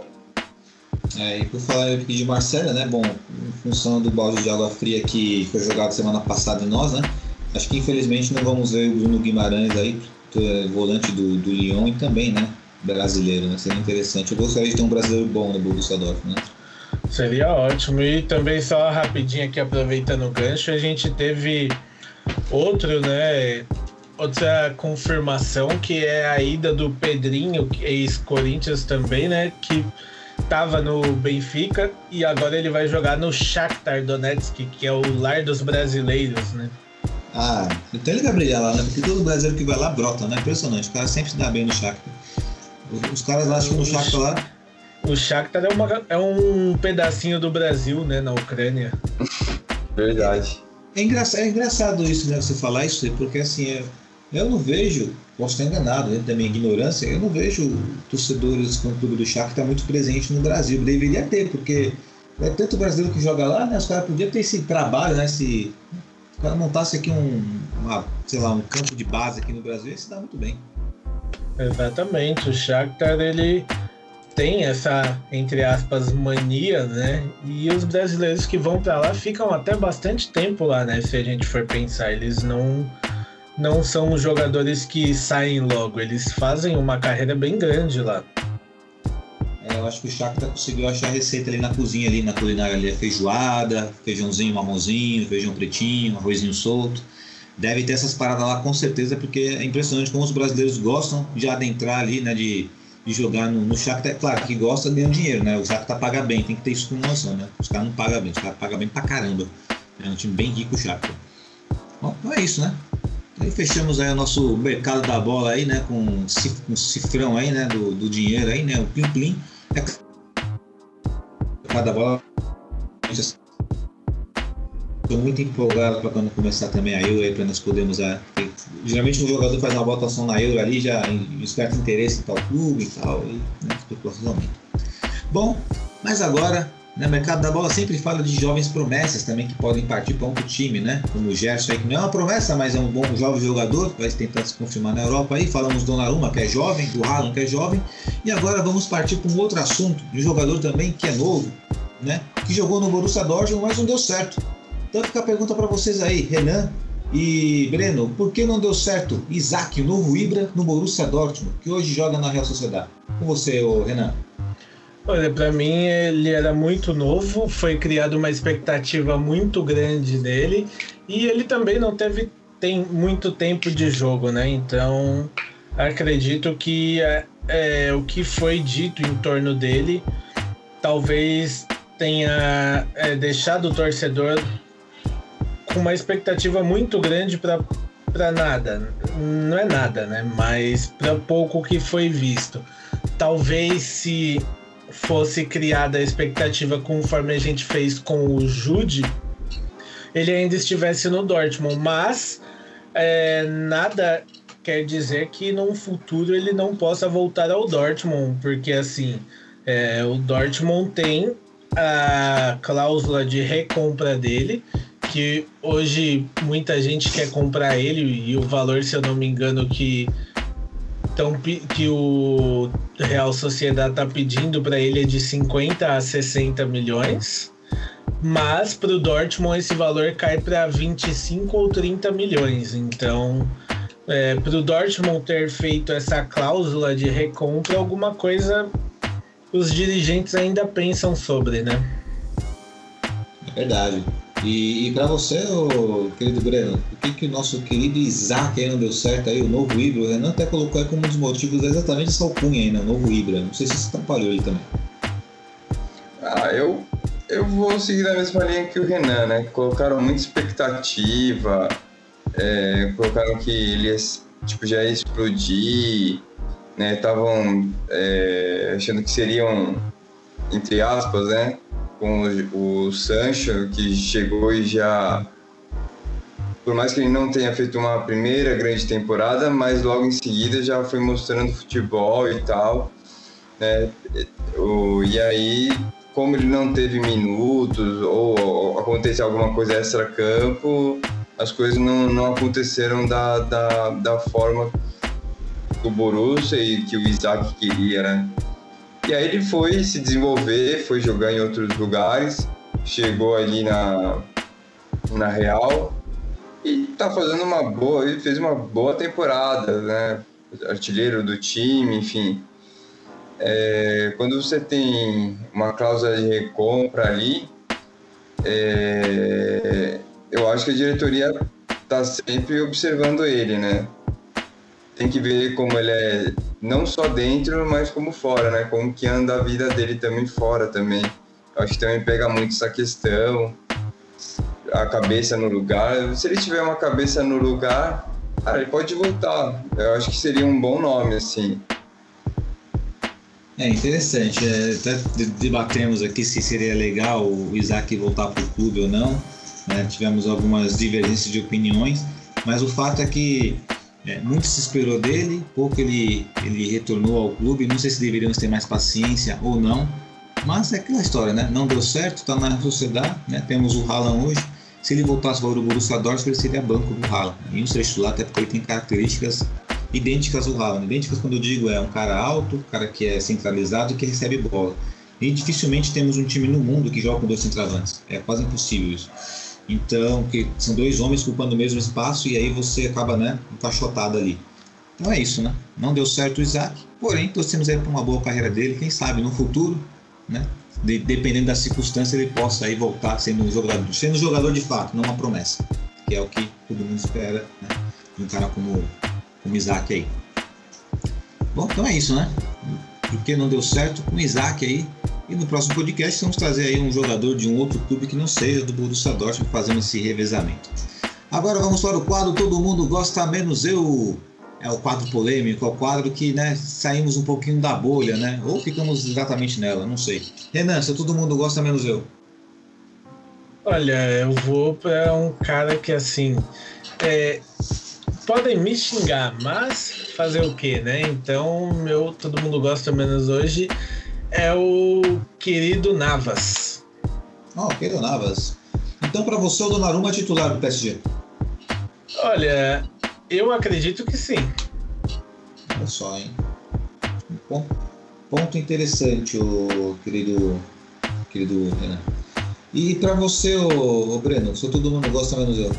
É, e por falar em de Marcelo, né? Bom, em função do balde de água fria que foi jogado semana passada em nós, né? Acho que infelizmente não vamos ver o Bruno Guimarães aí, volante do, do Lyon, e também, né? Brasileiro, né? Seria interessante. Eu gostaria de ter um brasileiro bom no Borussia Dortmund, né? Seria ótimo. E também só rapidinho aqui, aproveitando o gancho, a gente teve outro, né, outra confirmação, que é a ida do Pedrinho, ex-Corinthians também, né, que estava no Benfica e agora ele vai jogar no Shakhtar Donetsk, que é o lar dos brasileiros, né. Ah, então ele vai brilhar lá, né, porque todo brasileiro que vai lá brota, né, impressionante, o cara sempre se dá bem no Shakhtar. Os caras acham que no Shakhtar lá... O Shakhtar é, uma, é um pedacinho do Brasil, né, na Ucrânia. Verdade. É engraçado, é engraçado isso, né, você falar isso, porque assim, eu, eu não vejo, posso estar enganado, dentro da minha ignorância, eu não vejo torcedores com o clube do Shakhtar tá muito presente no Brasil. Deveria ter, porque é tanto brasileiro que joga lá, né, os caras podiam ter esse trabalho, né, se o cara montasse aqui um, uma, sei lá, um campo de base aqui no Brasil, ia se dar muito bem. Exatamente, o Shakhtar, ele tem essa, entre aspas, mania, né? E os brasileiros que vão para lá ficam até bastante tempo lá, né? Se a gente for pensar, eles não, não são jogadores que saem logo, eles fazem uma carreira bem grande lá. É, eu acho que o Shakhtar conseguiu achar a receita ali na cozinha, ali na culinária ali, a feijoada, feijãozinho mamãozinho, feijão pretinho, arrozinho solto. Deve ter essas paradas lá com certeza, porque é impressionante como os brasileiros gostam de adentrar ali, né? De de jogar no, no Shakhtar. Claro que gosta ganhando dinheiro, né? O Shakhtar paga bem, tem que ter isso com noção, né? Os caras não pagam bem, os caras pagam bem pra caramba. É um time bem rico, o Shakhtar. Bom, então é isso, né? Aí fechamos aí o nosso mercado da bola aí, né? Com um cifrão aí, né? Do, do dinheiro aí, né? O Plim Plim. É... O mercado da bola... Estou muito empolgado para quando começar também a Euro, aí para nós podermos... A... Geralmente um jogador faz uma votação na Euro ali, já desperta interesse em tal clube e tal, e né, especulações aumentam. Bom, mas agora, né, o mercado da bola sempre fala de jovens promessas também que podem partir para um time, né? Como o Gerson aí, que não é uma promessa, mas é um bom jovem jogador, vai tentar se confirmar na Europa aí. Falamos do Donnarumma, que é jovem, do Haaland, que é jovem. E agora vamos partir para um outro assunto, de um jogador também que é novo, né? Que jogou no Borussia Dortmund, mas não deu certo. Então fica a pergunta para vocês aí, Renan e Breno, por que não deu certo Isaac, o novo Ibra, no Borussia Dortmund, que hoje joga na Real Sociedade? Com você, ô Renan. Olha, para mim ele era muito novo, foi criada uma expectativa muito grande nele e ele também não teve tem muito tempo de jogo, né? Então acredito que é, é, o que foi dito em torno dele talvez tenha é, deixado o torcedor com uma expectativa muito grande para nada. Não é nada, né? Mas para pouco que foi visto. Talvez se fosse criada a expectativa conforme a gente fez com o Jude, ele ainda estivesse no Dortmund, mas é, nada quer dizer que num futuro ele não possa voltar ao Dortmund, porque assim, é, o Dortmund tem a cláusula de recompra dele, que hoje muita gente quer comprar ele, e o valor, se eu não me engano, que Então, que o Real Sociedade está pedindo para ele é de cinquenta a sessenta milhões, mas para o Dortmund esse valor cai para vinte e cinco ou trinta milhões. Então, é, para o Dortmund ter feito essa cláusula de recompra, alguma coisa os dirigentes ainda pensam sobre, né? É verdade. E, e para você, ô, querido Breno, por que, que o nosso querido Isaac aí não deu certo aí, o novo Ibra? O Renan até colocou aí como um dos motivos exatamente essa alcunha aí, né? O novo Ibra. Não sei se isso atrapalhou ele também. Ah, eu, eu vou seguir na mesma linha que o Renan, né? Colocaram muita expectativa, é, colocaram que ele ia, tipo, já ia explodir, né? Estavam é, achando que seriam, entre aspas, né? Com o, o Sancho, que chegou e já, por mais que ele não tenha feito uma primeira grande temporada, mas logo em seguida já foi mostrando futebol e tal, né? O, e aí, como ele não teve minutos ou, ou aconteceu alguma coisa extra-campo, as coisas não, não aconteceram da, da, da forma do Borussia e que o Isaac queria, né? E aí ele foi se desenvolver, foi jogar em outros lugares, chegou ali na, na Real e tá fazendo uma boa, ele fez uma boa temporada, né? Artilheiro do time, enfim. É, quando você tem uma cláusula de recompra ali, é, eu acho que a diretoria tá sempre observando ele, né? Tem que ver como ele é, não só dentro, mas como fora, né? Como que anda a vida dele também fora também. Eu acho que também pega muito essa questão, a cabeça no lugar. Se ele tiver uma cabeça no lugar, cara, ele pode voltar. Eu acho que seria um bom nome, assim. É interessante, é, até debatemos aqui se seria legal o Isaac voltar para o clube ou não, né? Tivemos algumas divergências de opiniões, mas o fato é que É, muito se esperou dele, pouco ele, ele retornou ao clube. Não sei se deveríamos ter mais paciência ou não, mas é aquela história, né? Não deu certo, está na sociedade, né? Temos o Haaland hoje. Se ele voltasse para o Borussia Dortmund, ele seria banco do Haaland. E um trecho lá, até porque ele tem características idênticas ao Haaland. Idênticas, quando eu digo, é um cara alto, um cara que é centralizado e que recebe bola. E dificilmente temos um time no mundo que joga com dois centroavantes. É quase impossível isso. Então, que são dois homens ocupando o mesmo espaço e aí você acaba, né, encaixotado ali. Então é isso, né? Não deu certo o Isaac, porém torcemos aí para uma boa carreira dele. Quem sabe no futuro, né, de, dependendo da circunstância, ele possa aí voltar sendo um jogador, sendo um jogador de fato, não uma promessa, que é o que todo mundo espera, né, de um cara como, como Isaac aí. Bom, então é isso, né? Porque não deu certo com o Isaac aí. E no próximo podcast vamos trazer aí um jogador de um outro clube que não seja do Borussia Dortmund fazendo esse revezamento. Agora vamos para o quadro Todo Mundo Gosta Menos Eu. É o quadro polêmico, é o quadro que, né, saímos um pouquinho da bolha, né? Ou ficamos exatamente nela, não sei. Renan, se todo mundo gosta menos eu. Olha, eu vou para um cara que, assim, é, podem me xingar, mas fazer o quê, né? Então, meu todo mundo gosta menos hoje é o querido Navas. Ó, oh, querido Navas. Então, para você, o Donnarumma é titular do P S G? Olha, eu acredito que sim. Olha só, hein? Ponto, ponto interessante, o querido, querido Renan. E para você, o, o Breno, se todo mundo gosta menos eu?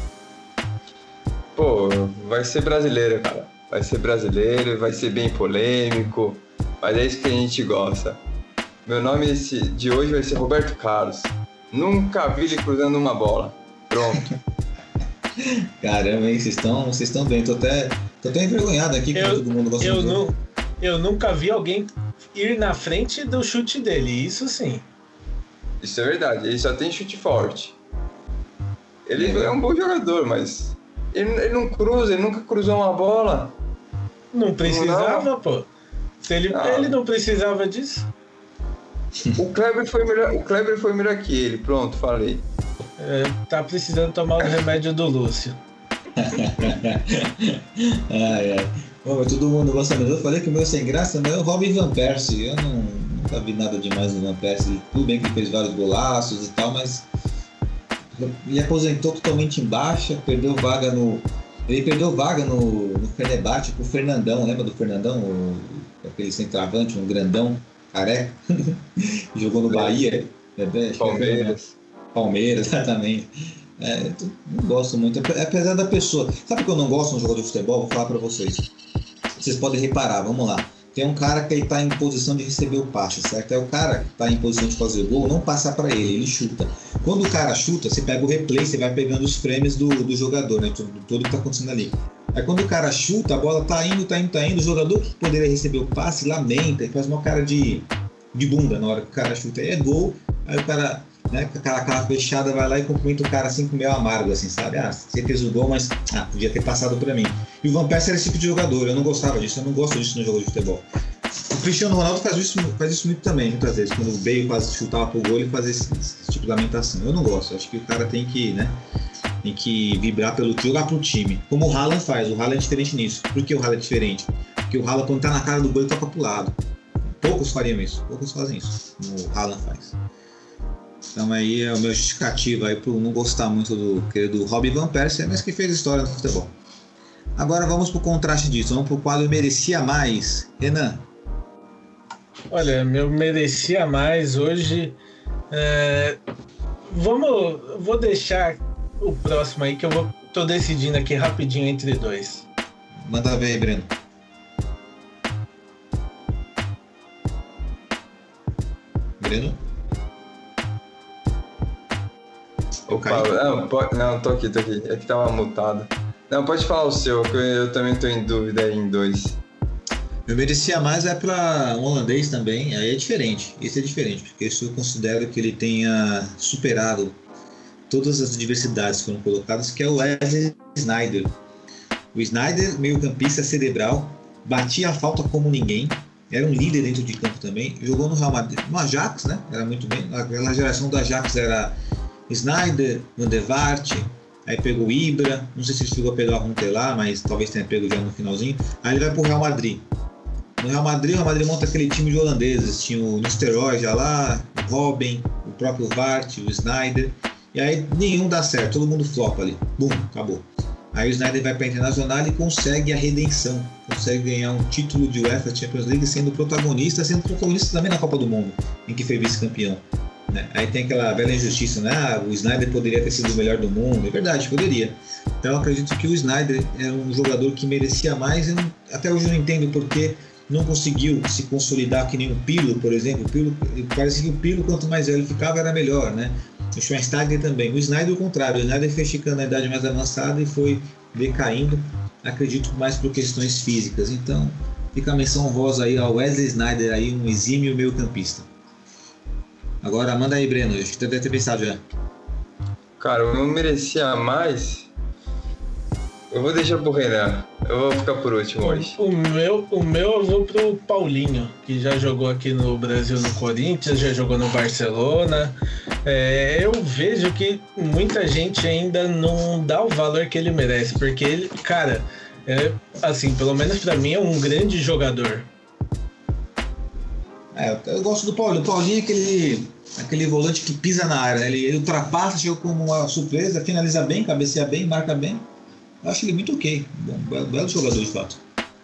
Pô, vai ser brasileiro, cara. Vai ser brasileiro, vai ser bem polêmico, mas é isso que a gente gosta. Meu nome de hoje vai ser Roberto Carlos. Nunca vi ele cruzando uma bola. Pronto. Caramba, hein? Vocês estão vocês estão bem. Tô até, tô até envergonhado aqui, eu, que todo mundo gosta eu de nu, Eu nunca vi alguém ir na frente do chute dele, isso sim. Isso é verdade, ele só tem chute forte. Ele é, é um bom jogador, mas ele, ele não cruza, ele nunca cruzou uma bola. Não precisava, não. pô. Se ele, não. ele não precisava disso. O Kleber foi melhor, o Kleber foi melhor que ele, pronto, falei. É, tá precisando tomar o remédio do Lúcio. ai, ai. Bom, todo mundo gosta mesmo. Eu falei que o meu sem graça, mas é o Robin Van Persie. Eu não, nunca vi nada demais no Van Persie. Tudo bem que ele fez vários golaços e tal, mas ele aposentou totalmente em baixa, perdeu vaga no. Ele perdeu vaga no, no Fenerbahçe pro Fernandão, lembra do Fernandão? O, aquele centroavante, um grandão, careca. Jogou no Bahia. É, Palmeiras. Palmeiras, exatamente. É, não gosto muito, apesar da pessoa. Sabe que eu não gosto de um jogador de futebol? Vou falar pra vocês. Vocês podem reparar, vamos lá. Tem um cara que está em posição de receber o passe, certo? É o cara que está em posição de fazer o gol, não passa para ele, ele chuta. Quando o cara chuta, você pega o replay, você vai pegando os frames do, do jogador, né? Tudo, tudo que está acontecendo ali. Aí quando o cara chuta, a bola tá indo, tá indo, tá indo. O jogador que poderia receber o passe lamenta e faz uma cara de, de bunda na hora que o cara chuta. Aí é gol, aí o cara, né, com aquela cara fechada, vai lá e cumprimenta o cara assim com meio amargo, assim, sabe? Ah, você fez o gol, mas ah, podia ter passado para mim. E o Van Persie era esse tipo de jogador, eu não gostava disso, eu não gosto disso no jogo de futebol. O Cristiano Ronaldo faz isso, faz isso muito também, muitas vezes. Quando o Bale quase chutava pro gol, ele fazia esse, esse tipo de lamentação. Eu não gosto, acho que o cara tem que, né, tem que vibrar pelo jogar pro time. Como o Haaland faz, o Haaland é diferente nisso. Por que o Haaland é diferente? Porque o Haaland, quando tá na cara do gol, ele toca pro lado. Poucos fariam isso, poucos fazem isso, como o Haaland faz. Então aí é o meu justificativo aí por não gostar muito do querido Robin Van Persie, mas que fez história no futebol. Agora vamos pro contraste disso, vamos pro quadro Merecia Mais. Renan. Olha, meu merecia mais hoje. É, vamos, vou deixar o próximo aí que eu vou, tô decidindo aqui rapidinho entre dois. Manda ver aí, Breno. Breno? Opa, não, pode, não, tô aqui, tô aqui. É que tava mutado. Não, pode falar o seu, que eu, eu também tô em dúvida aí em dois. Eu merecia mais é para um holandês também, aí é diferente, esse é diferente, porque isso eu considero que ele tenha superado todas as adversidades que foram colocadas, que é o Wesley Sneijder. O Sneijder, meio campista cerebral, batia a falta como ninguém, era um líder dentro de campo também, jogou no Real Madrid, no Ajax, né? Era muito bem, aquela geração do Ajax era Sneijder, Van der Vaart, aí pegou o Ibra, não sei se ele chegou a pegar o Runtelar, mas talvez tenha pego já no finalzinho, aí ele vai pro Real Madrid. No Real Madrid, o Real Madrid monta aquele time de holandeses, tinha o Nistelrooy já lá, o Robben, o próprio Vaart, o Sneijder, e aí nenhum dá certo, todo mundo flopa ali, bum, acabou. Aí o Sneijder vai para a Internacional e consegue a redenção, consegue ganhar um título de UEFA Champions League sendo protagonista, sendo protagonista também na Copa do Mundo, em que foi vice-campeão. Né? Aí tem aquela bela injustiça, né? Ah, o Sneijder poderia ter sido o melhor do mundo. É verdade, poderia. Então eu acredito que o Sneijder é um jogador que merecia mais. Eu não, até hoje eu não entendo porque não conseguiu se consolidar que nem o Pirlo, por exemplo. O Pirlo, parece que o Pirlo, quanto mais velho ficava, era melhor, né? O Schweinsteiger também. O Sneijder, o contrário. O Sneijder foi chegando na idade mais avançada e foi decaindo, acredito, mais por questões físicas. Então, fica a menção honrosa aí ao Wesley Sneijder, aí, um exímio meio-campista. Agora, manda aí, Breno. Acho que você deve ter pensado já. Cara, eu não merecia mais. Eu vou deixar pro Renan. Eu vou ficar por último hoje. O meu, o meu eu vou pro Paulinho, que já jogou aqui no Brasil no Corinthians, já jogou no Barcelona. É, eu vejo que muita gente ainda não dá o valor que ele merece, porque ele, cara, é, assim, pelo menos pra mim é um grande jogador. É, eu gosto do Paulinho. O Paulinho é aquele, aquele volante que pisa na área. Ele, ele ultrapassa, chega como uma surpresa, finaliza bem, cabeceia bem, marca bem. Eu acho ele muito ok. Bom, belo, belo jogador, de fato.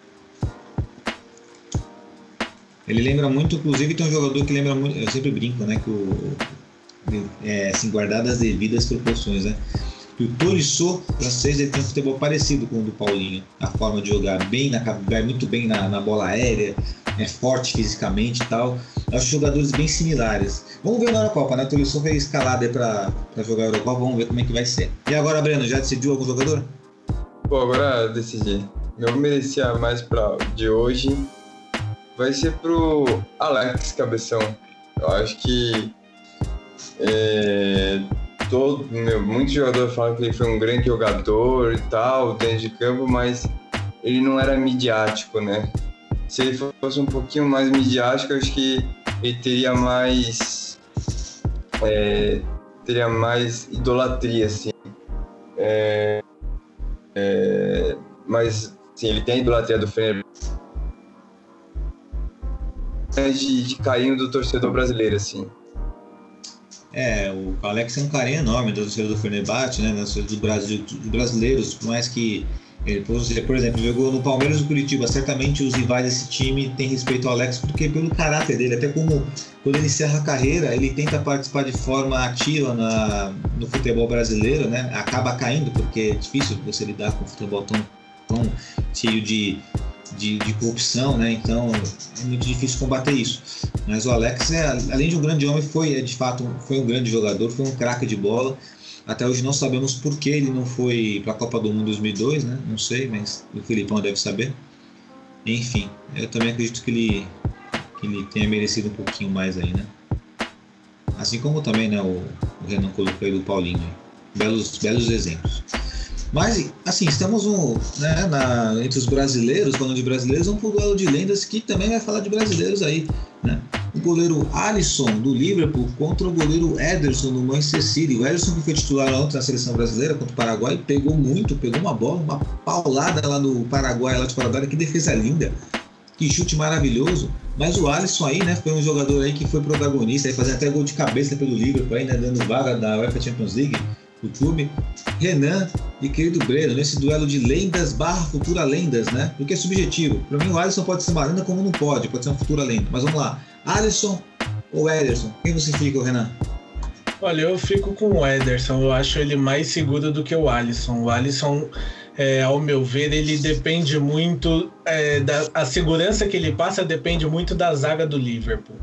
Ele lembra muito, inclusive tem um jogador que lembra muito, eu sempre brinco, né, que o, é, assim, guardado as devidas proporções, né, que o Tolisso francês, ele tem um futebol parecido com o do Paulinho, a forma de jogar bem, na, vai muito bem na, na bola aérea, é forte fisicamente e tal. Eu acho jogadores bem similares. Vamos ver na Eurocopa, né, o Tolisso foi escalado aí pra, pra jogar a Eurocopa, vamos ver como é que vai ser. E agora, Breno, já decidiu algum jogador? Pô, agora eu decidi. Eu merecia mais pra de hoje. Vai ser pro Alex Cabeção. Eu acho que é, todo, meu, muitos jogadores falam que ele foi um grande jogador e tal, dentro de campo, mas ele não era midiático, né? Se ele fosse um pouquinho mais midiático, eu acho que ele teria mais é, teria mais idolatria, assim. É, é, mas sim, ele tem a idolatria do Fenerbahçe. De, de carinho do torcedor brasileiro, assim. É, o Alex é um carinho enorme do torcedor do Fenerbahçe, né, do Brasil, dos brasileiros, por mais que ele, por exemplo, jogou no Palmeiras e no Curitiba, certamente os rivais desse time têm respeito ao Alex porque pelo caráter dele, até como quando ele encerra a carreira, ele tenta participar de forma ativa na, no futebol brasileiro, né, acaba caindo porque é difícil você lidar com um futebol tão, tão cheio de De, de corrupção, né? Então é muito difícil combater isso. Mas o Alex, é, além de um grande homem, foi é, de fato foi um grande jogador, foi um craque de bola. Até hoje não sabemos por que ele não foi para a Copa do Mundo dois mil e dois, né? Não sei, mas o Filipão deve saber. Enfim, eu também acredito que ele, que ele tenha merecido um pouquinho mais aí, né? Assim como também, né, o, o Renan colocou aí do Paulinho. Belos, belos exemplos. Mas, assim, estamos no, né, na, entre os brasileiros, falando de brasileiros, vamos para o duelo de lendas que também vai falar de brasileiros aí, né? O goleiro Alisson, do Liverpool, contra o goleiro Ederson, do Manchester City. O Ederson, que foi titular ontem na seleção brasileira contra o Paraguai, pegou muito, pegou uma bola, uma paulada lá no Paraguai, lá de fora da área, que defesa linda, que chute maravilhoso. Mas o Alisson aí, né, foi um jogador aí que foi protagonista, aí fazendo até gol de cabeça pelo Liverpool, aí, né, dando vaga da UEFA Champions League, do clube. Renan e querido Breno, nesse duelo de lendas barra futura lendas, né? Porque é subjetivo. Para mim o Alisson pode ser uma lenda como não pode, pode ser uma futura lenda. Mas vamos lá, Alisson ou Ederson? Quem você fica, Renan? Olha, eu fico com o Ederson, eu acho ele mais seguro do que o Alisson. O Alisson, é, ao meu ver, ele depende muito, é, da, a segurança que ele passa depende muito da zaga do Liverpool.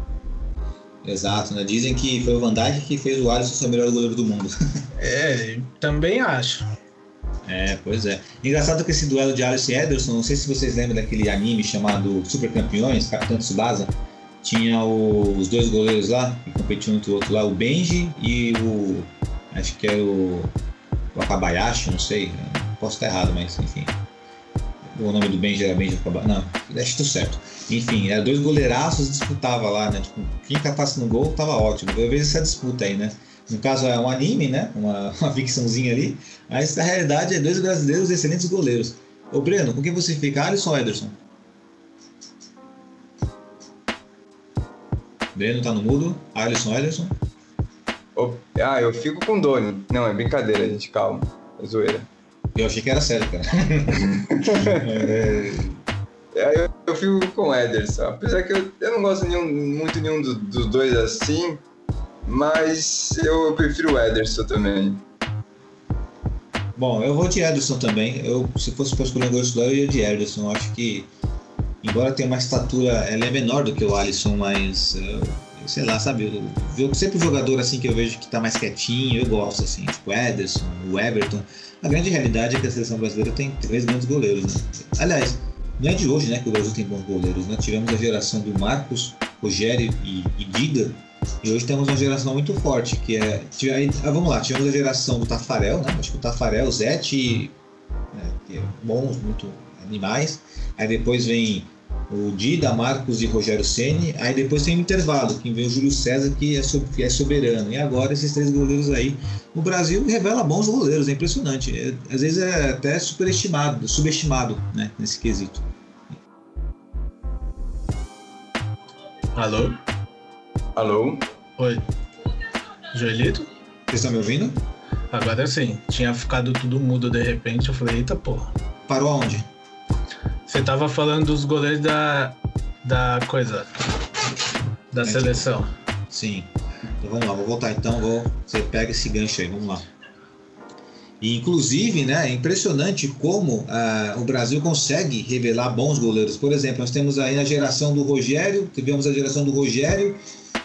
Exato, né? Dizem que foi o Van Dijk que fez o Alisson ser o melhor goleiro do mundo. É, também acho. É, pois é. Engraçado que esse duelo de Alisson e Ederson, não sei se vocês lembram daquele anime chamado Super Campeões, Capitão Tsubasa. Tinha o, os dois goleiros lá, que competiam entre o outro lá, o Benji e o... acho que era o, o Akabayashi, não sei, posso estar errado, mas enfim. O nome do Benji era Benji Akabayashi, não, acho que tudo certo. Enfim, eram dois goleiraços, disputava lá, né? Tipo, quem catasse no gol tava ótimo. Eu vejo essa disputa aí, né? No caso é um anime, né? Uma, uma ficçãozinha ali. Mas na realidade é dois brasileiros excelentes goleiros. Ô Breno, com quem você fica? Alisson ou Ederson? Breno tá no mudo. Alisson ou Ederson? Oh, ah, eu fico com o Doni. Não, é brincadeira, gente, calma. É zoeira. Eu achei que era sério, cara. é... eu, eu fico com o Ederson. Apesar que eu, eu não gosto nenhum, muito nenhum do, dos dois assim, mas eu, eu prefiro o Ederson também. Bom, eu vou de Ederson também. Eu, se fosse para escolher um goleiro titular, eu ia de Ederson. Eu acho que, embora tenha uma estatura, ela é menor do que o Alisson, mas... Uh, sei lá, sabe, eu, eu, sempre o jogador assim que eu vejo que tá mais quietinho, eu gosto assim, tipo o Ederson, o Everton. A grande realidade é que a seleção brasileira tem três grandes goleiros, né? Aliás, não é de hoje, né, que o Brasil tem bons goleiros, né? Tivemos a geração do Marcos, Rogério e, e Dida, e hoje temos uma geração muito forte, que é... Aí, ah, vamos lá, tivemos a geração do Taffarel, né? Acho que o Taffarel, o Zete, né, que é bons, muito animais. Aí depois vem o Dida, Marcos e Rogério Ceni. Aí depois tem um intervalo, que vem o Júlio César, que é, so, que é soberano. E agora esses três goleiros aí. O Brasil revela bons goleiros, é impressionante. É, às vezes é até superestimado, subestimado, né, nesse quesito. Alô? Alô? Oi. Joelito? Vocês estão me ouvindo? Agora sim. Tinha ficado tudo mudo de repente. Eu falei, eita porra. Parou aonde? Você tava falando dos goleiros da, da coisa, da é seleção. Tipo, sim. Então vamos lá, vou voltar então, vou, você pega esse gancho aí, vamos lá. E, inclusive, né, é impressionante como uh, o Brasil consegue revelar bons goleiros. Por exemplo, nós temos aí a geração do Rogério, tivemos a geração do Rogério,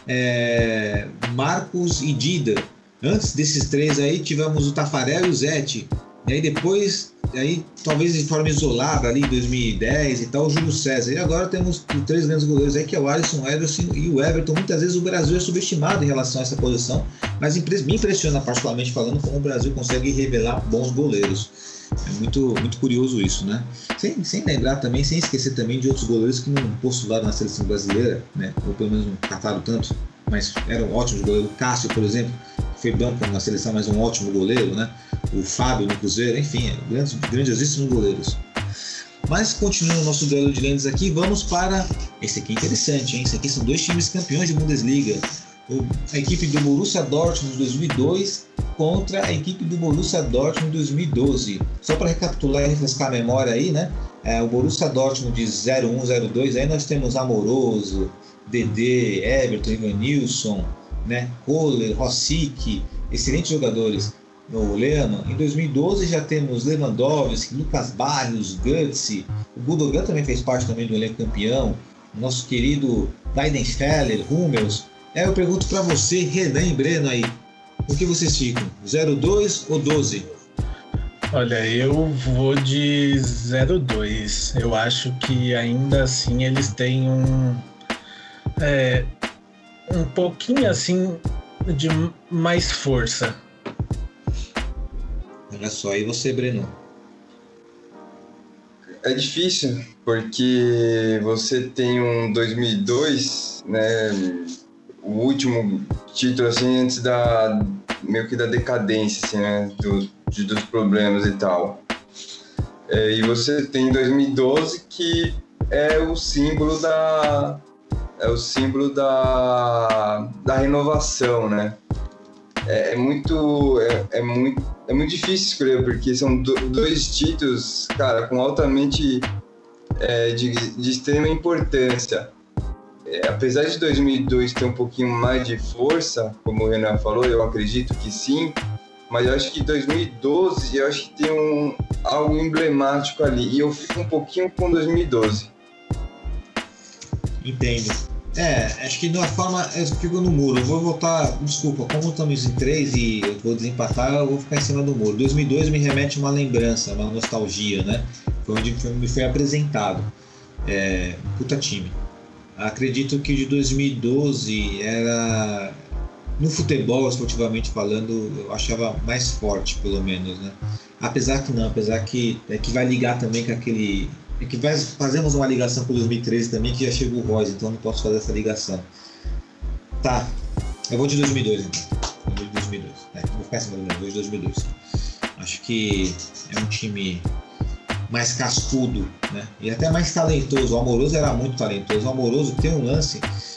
é, Marcos e Dida. Antes desses três aí, tivemos o Taffarel e o Zete. E aí depois, aí, talvez de forma isolada, ali em dois mil e dez e tal, o Júlio César. E agora temos três grandes goleiros aí, que é o Alisson, o Ederson e o Everton. Muitas vezes o Brasil é subestimado em relação a essa posição, mas me impressiona, particularmente falando, como o Brasil consegue revelar bons goleiros. É muito, muito curioso isso, né? Sem, sem lembrar também, sem esquecer também de outros goleiros que não postularam na seleção brasileira, né? Ou pelo menos não cataram tanto, mas eram ótimos goleiros. O Cássio, por exemplo, que foi banco na seleção, mas um ótimo goleiro, né? O Fábio no Cruzeiro, enfim, grandes, grandiosíssimos goleiros. Mas continuando o nosso duelo de lendas aqui, vamos para... Esse aqui é interessante, hein? Esse aqui são dois times campeões de Bundesliga. O, a equipe do Borussia Dortmund de dois mil e dois contra a equipe do Borussia Dortmund de dois mil e doze. Só para recapitular e refrescar a memória aí, né? É, o Borussia Dortmund de zero um zero dois, aí nós temos Amoroso, Dedé, Everton, Ivanilson, né? Kohler, Rosick, excelentes jogadores. No Lehmann. Em dois mil e doze já temos Lewandowski, Lucas Barrios, Götze, o Gundogan também fez parte também do elenco campeão, o nosso querido Weidenfeller, Hummels. Aí eu pergunto para você, Renan e Breno aí, o que vocês ficam? zero dois ou doze? Olha, eu vou de zero dois. Eu acho que ainda assim eles têm um é, um pouquinho assim de mais força. Olha só, aí você, Breno. É difícil, porque você tem um dois mil e dois, né, o último título, assim, antes da, meio que da decadência, assim, né, do, de, dos problemas e tal. É, e você tem dois mil e doze, que é o símbolo da, é o símbolo da, da renovação, né. É, é muito... É, é muito É muito difícil escolher, porque são do, dois títulos, cara, com altamente é, de, de extrema importância. É, apesar de dois mil e dois ter um pouquinho mais de força, como o Renan falou, eu acredito que sim, mas eu acho que dois mil e doze, eu acho que tem um, algo emblemático ali, e eu fico um pouquinho com dois mil e doze. Entendo. É, acho que de uma forma, eu fico no muro. Eu vou voltar, desculpa, como estamos em três e eu vou desempatar, eu vou ficar em cima do muro. dois mil e dois me remete a uma lembrança, uma nostalgia, né? Foi onde me foi apresentado. É, puta time. Acredito que de dois mil e doze era, no futebol, esportivamente falando, eu achava mais forte, pelo menos, né? Apesar que não, apesar que, é que vai ligar também com aquele... É que faz, fazemos uma ligação com dois mil e treze também, que já chegou o Royce, então não posso fazer essa ligação. Tá, eu vou de dois mil e dois então. Eu vou de dois mil e dois. É, vou ficar em cima do meu, vou de dois mil e dois. Acho que é um time mais cascudo, né? E até mais talentoso. O Amoroso era muito talentoso. O Amoroso tem um lance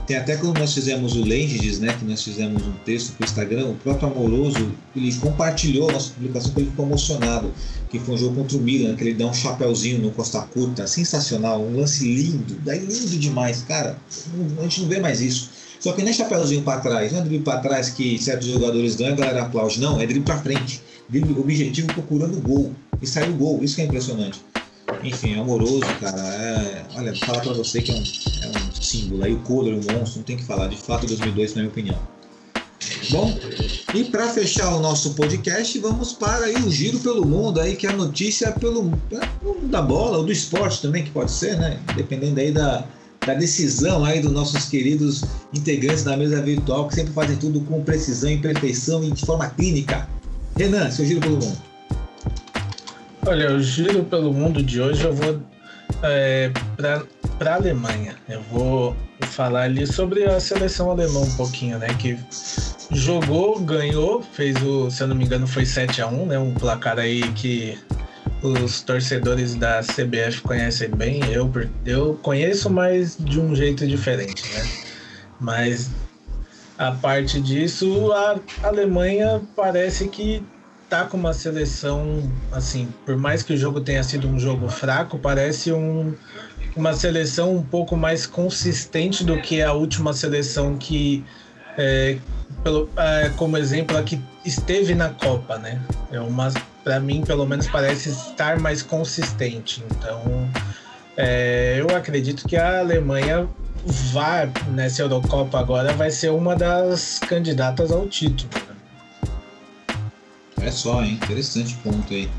Tem até quando nós fizemos o Lenges, né, que nós fizemos um texto para o Instagram, o próprio Amoroso, ele compartilhou a nossa publicação porque ele ficou emocionado, que foi um jogo contra o Milan, que ele dá um chapéuzinho no Costa Curta, sensacional, um lance lindo, é lindo demais, cara, a gente não vê mais isso. Só que nem chapéuzinho para trás, não é drible para trás que certos jogadores dão e a galera aplaude, não, é drible para frente, drible objetivo procurando gol, e saiu o gol, isso que é impressionante. Enfim, é Amoroso, cara, é... olha, vou falar pra você que é um, é um símbolo, aí o Kohler, o monstro, não tem que falar, de fato dois mil e dois, na minha opinião. Bom, e para fechar o nosso podcast, vamos para aí o Giro pelo Mundo, aí que é a notícia pelo da bola, ou do esporte também, que pode ser, né, dependendo aí da, da decisão aí dos nossos queridos integrantes da mesa virtual, que sempre fazem tudo com precisão e perfeição e de forma clínica. Renan, seu Giro pelo Mundo. Olha, o Giro pelo Mundo de hoje eu vou é, para a Alemanha. Eu vou falar ali sobre a seleção alemã um pouquinho, né? Que jogou, ganhou, fez o, se eu não me engano, foi sete a um, né? Um placar aí que os torcedores da C B F conhecem bem. Eu, eu conheço, mas de um jeito diferente, né? Mas a parte disso, a Alemanha parece que tá com uma seleção, assim, por mais que o jogo tenha sido um jogo fraco, parece um, uma seleção um pouco mais consistente do que a última seleção que, é, pelo, é, como exemplo, a que esteve na Copa, né? É uma, para mim, pelo menos, parece estar mais consistente. Então, é, eu acredito que a Alemanha vai, nessa Eurocopa agora, vai ser uma das candidatas ao título, né? É só, hein? Interessante ponto aí.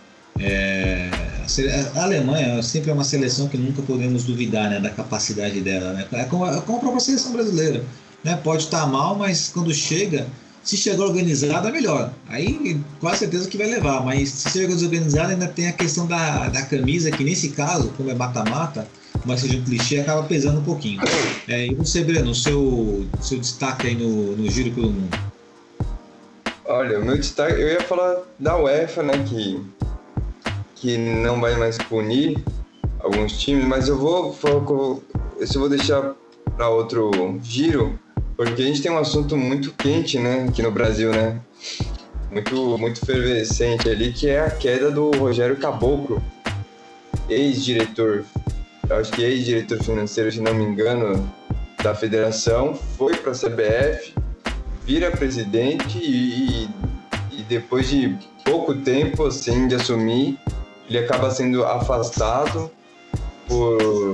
É, a Alemanha sempre é uma seleção que nunca podemos duvidar, né, da capacidade dela, né? É como, é como a própria seleção brasileira, né? Pode estar mal, mas quando chega, se chegar organizada, é melhor. Aí quase certeza que vai levar, mas se chegar desorganizada, ainda tem a questão da, da camisa, que nesse caso, como é mata-mata, mas seja um clichê, acaba pesando um pouquinho. É, e você, Breno, seu, seu destaque aí no, no Giro pelo Mundo? Olha, o meu destaque, eu ia falar da UEFA, né, que, que não vai mais punir alguns times, mas eu vou, vou, eu vou deixar para outro giro, porque a gente tem um assunto muito quente, né, aqui no Brasil, né, muito, muito fervescente ali, que é a queda do Rogério Caboclo, ex-diretor, acho que ex-diretor financeiro, se não me engano, da federação, foi para a C B F, vira presidente e, e depois de pouco tempo assim de assumir, ele acaba sendo afastado por,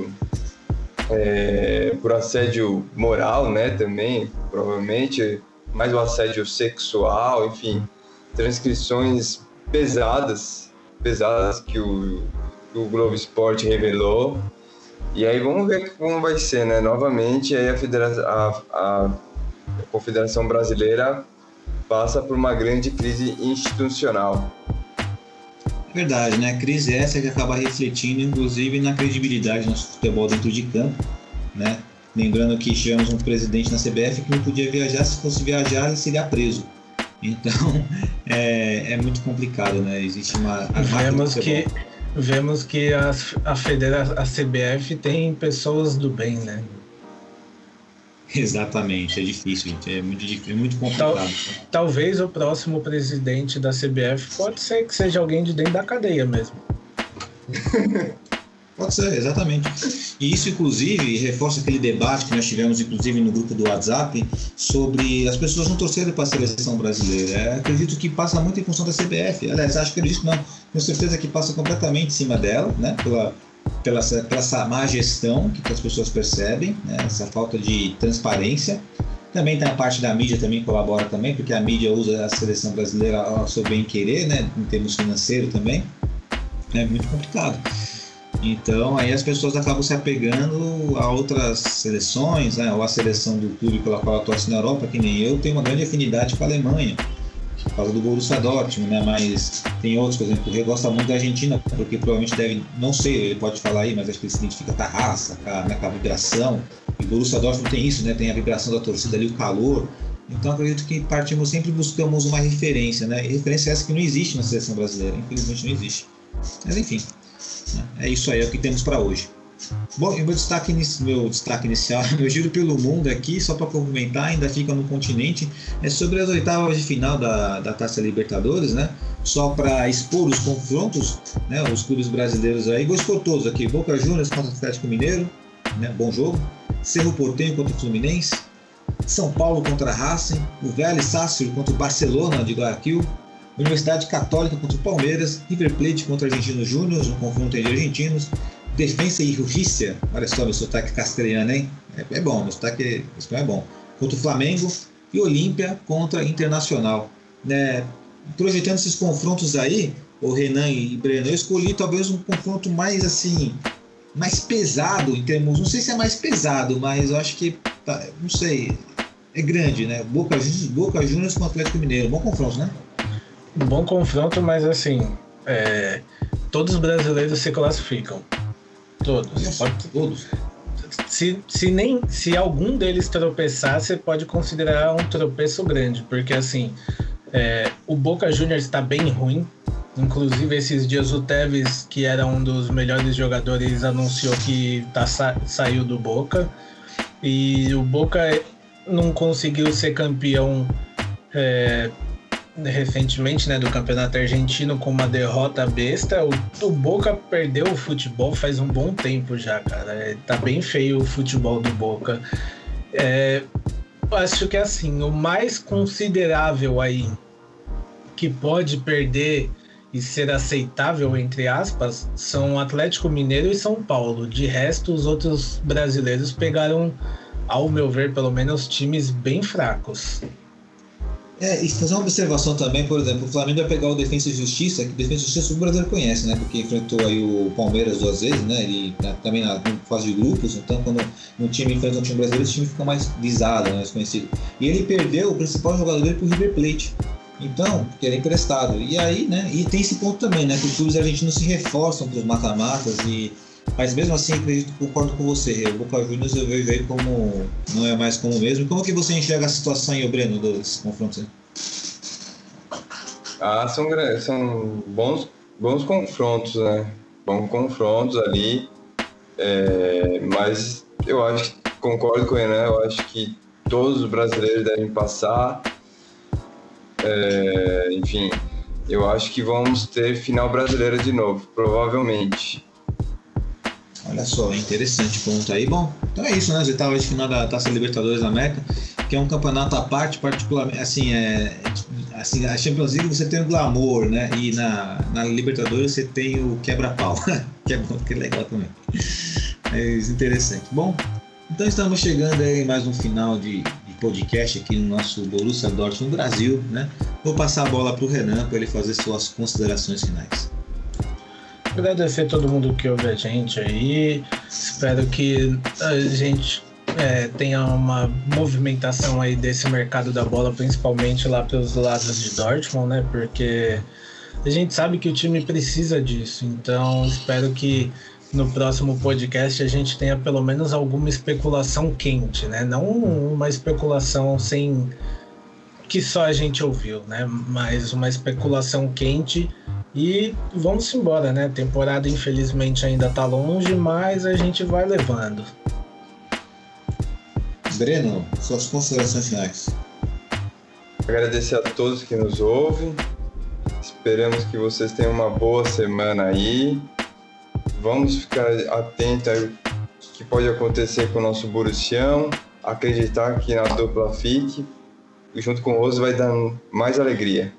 é, por assédio moral, né, também, provavelmente, mais o assédio sexual, enfim, transcrições pesadas, pesadas que o, que o Globo Esporte revelou. E aí vamos ver como vai ser, né, novamente, aí a federação... A, a, A Confederação Brasileira passa por uma grande crise institucional. Verdade, né? A crise essa que acaba refletindo, inclusive, na credibilidade do nosso futebol dentro de campo, né? Lembrando que tivemos um presidente na C B F que não podia viajar, se fosse viajar, ele seria preso. Então, é, é muito complicado, né? Existe uma... Vemos que, vemos que a, a, federa, a C B F tem pessoas do bem, né? Exatamente, é difícil, gente, é muito difícil, é muito complicado. Tal, talvez o próximo presidente da C B F pode ser que seja alguém de dentro da cadeia mesmo. Pode ser, exatamente. E isso, inclusive, reforça aquele debate que nós tivemos, inclusive, no grupo do WhatsApp, sobre as pessoas não torcerem para a seleção brasileira. É, acredito que passa muito em função da C B F. Aliás, acho que acredito que não, com certeza que passa completamente em cima dela, né, pela... Pela, pela essa má gestão que as pessoas percebem, né? Essa falta de transparência. Também tem a parte da mídia, também colabora também, porque a mídia usa a seleção brasileira ao seu bem querer, né? Em termos financeiros também. É muito complicado. Então aí as pessoas acabam se apegando a outras seleções, né? Ou a seleção do clube pela qual eu torço na Europa, que nem eu, tenho uma grande afinidade com a Alemanha, por causa do Borussia Dortmund, né? Mas tem outros, por exemplo, o Rei gosta muito da Argentina, porque provavelmente deve, não sei, ele pode falar aí, mas acho que ele se identifica com a raça, com a, né, com a vibração. E o Borussia Dortmund tem isso, né? Tem a vibração da torcida ali, o calor. Então acredito que partimos sempre buscamos uma referência, né? E referência essa que não existe na seleção brasileira, infelizmente não existe. Mas enfim, né? É isso aí, é o que temos para hoje. Bom, e meu destaque, meu destaque inicial, meu giro pelo mundo aqui, só para complementar, ainda fica no continente, é sobre as oitavas de final da, da Taça Libertadores, né? Só para expor os confrontos, né? Os clubes brasileiros aí, vou expor todos aqui: Boca Juniors contra o Atlético Mineiro, né? Bom jogo. Cerro Porteño contra o Fluminense, São Paulo contra a Racing, o Vélez Sarsfield contra o Barcelona de Guayaquil, Universidade Católica contra o Palmeiras, River Plate contra o Argentinos Júnior, um confronto entre argentinos, Defensa e Justiça, olha só meu sotaque castelhano, hein? É, é bom, meu sotaque é bom. Contra o Flamengo e Olímpia contra Internacional. Né? Projetando esses confrontos aí, o Renan e Breno, eu escolhi talvez um confronto mais assim, mais pesado em termos, não sei se é mais pesado, mas eu acho que, tá, não sei, é grande, né? Boca Juniors, Boca Juniors com o Atlético Mineiro, bom confronto, né? Um bom confronto, mas assim, é, todos os brasileiros se classificam. Todos. Nossa, todos. Se, se, nem, se algum deles tropeçar, você pode considerar um tropeço grande, porque assim, é, o Boca Juniors está bem ruim. Inclusive, esses dias o Tevez, que era um dos melhores jogadores, anunciou que tá, sa, saiu do Boca. E o Boca não conseguiu ser campeão é, recentemente, né, do campeonato argentino, com uma derrota besta. O, o Boca perdeu o futebol faz um bom tempo já, cara. É, tá bem feio o futebol do Boca. É, acho que assim, o mais considerável aí que pode perder e ser aceitável, entre aspas, são Atlético Mineiro e São Paulo. De resto, os outros brasileiros pegaram, ao meu ver, pelo menos, times bem fracos. É, e fazer uma observação também, por exemplo, o Flamengo vai pegar o Defensa e Justiça, que o Defensa e Justiça o brasileiro conhece, né? Porque enfrentou aí o Palmeiras duas vezes, né? Ele tá, também na fase de grupos, então quando um time enfrenta um time brasileiro, esse time fica mais visado, mais conhecido. E ele perdeu o principal jogador dele pro River Plate. Então, porque era emprestado. E aí, né? E tem esse ponto também, né? Que os clubes argentinos se reforçam para os mata-matas e... Mas mesmo assim, acredito, concordo com você. O Boca Juniors eu vejo aí como não é mais como mesmo. Como que você enxerga a situação aí, Breno, dos confrontos aí? Ah, são, são bons, bons confrontos, né? Bons confrontos ali. É, mas eu acho que, concordo com o Renan, eu acho que todos os brasileiros devem passar. É, enfim, eu acho que vamos ter final brasileira de novo, provavelmente. Olha só, interessante ponto aí. Bom, então é isso, né? As oitavas de final da Taça Libertadores da América, que é um campeonato à parte, particularmente, assim, é, assim, a Champions League você tem o glamour, né? E na, na Libertadores você tem o quebra-pau, que é bom, que é legal também. É interessante. Bom, então estamos chegando aí em mais um final de, de podcast aqui no nosso Borussia Dortmund Brasil, né? Vou passar a bola para o Renan para ele fazer suas considerações finais. Agradecer a todo mundo que ouve a gente aí. Espero que a gente é, tenha uma movimentação aí desse mercado da bola, principalmente lá pelos lados de Dortmund, né? Porque a gente sabe que o time precisa disso. Então, espero que no próximo podcast a gente tenha pelo menos alguma especulação quente, né? Não uma especulação sem que só a gente ouviu, né? Mas uma especulação quente. E vamos embora, né? A temporada infelizmente ainda tá longe, mas a gente vai levando. Breno, suas considerações finais. Agradecer a todos que nos ouvem. Esperamos que vocês tenham uma boa semana aí. Vamos ficar atentos ao que pode acontecer com o nosso Borussião. Acreditar que na dupla fique. E junto com o Rose vai dar mais alegria.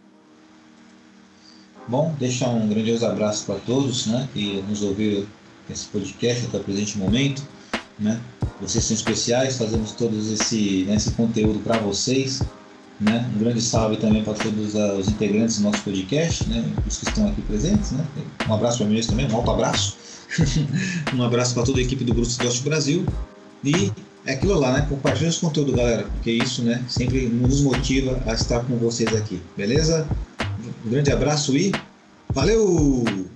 Bom, deixar um grandioso abraço para todos, né, que nos ouviram nesse podcast até o presente momento, né? Vocês são especiais, fazemos todos esse, né, esse conteúdo para vocês, né? Um grande salve também para todos uh, os integrantes do nosso podcast, né, os que estão aqui presentes, né? Um abraço para mim também, um alto abraço. Um abraço para toda a equipe do Borussia Dortmund Brasil e é aquilo lá, né? Compartilhe esse conteúdo, galera, porque isso, né, sempre nos motiva a estar com vocês aqui, beleza? Um grande abraço e valeu!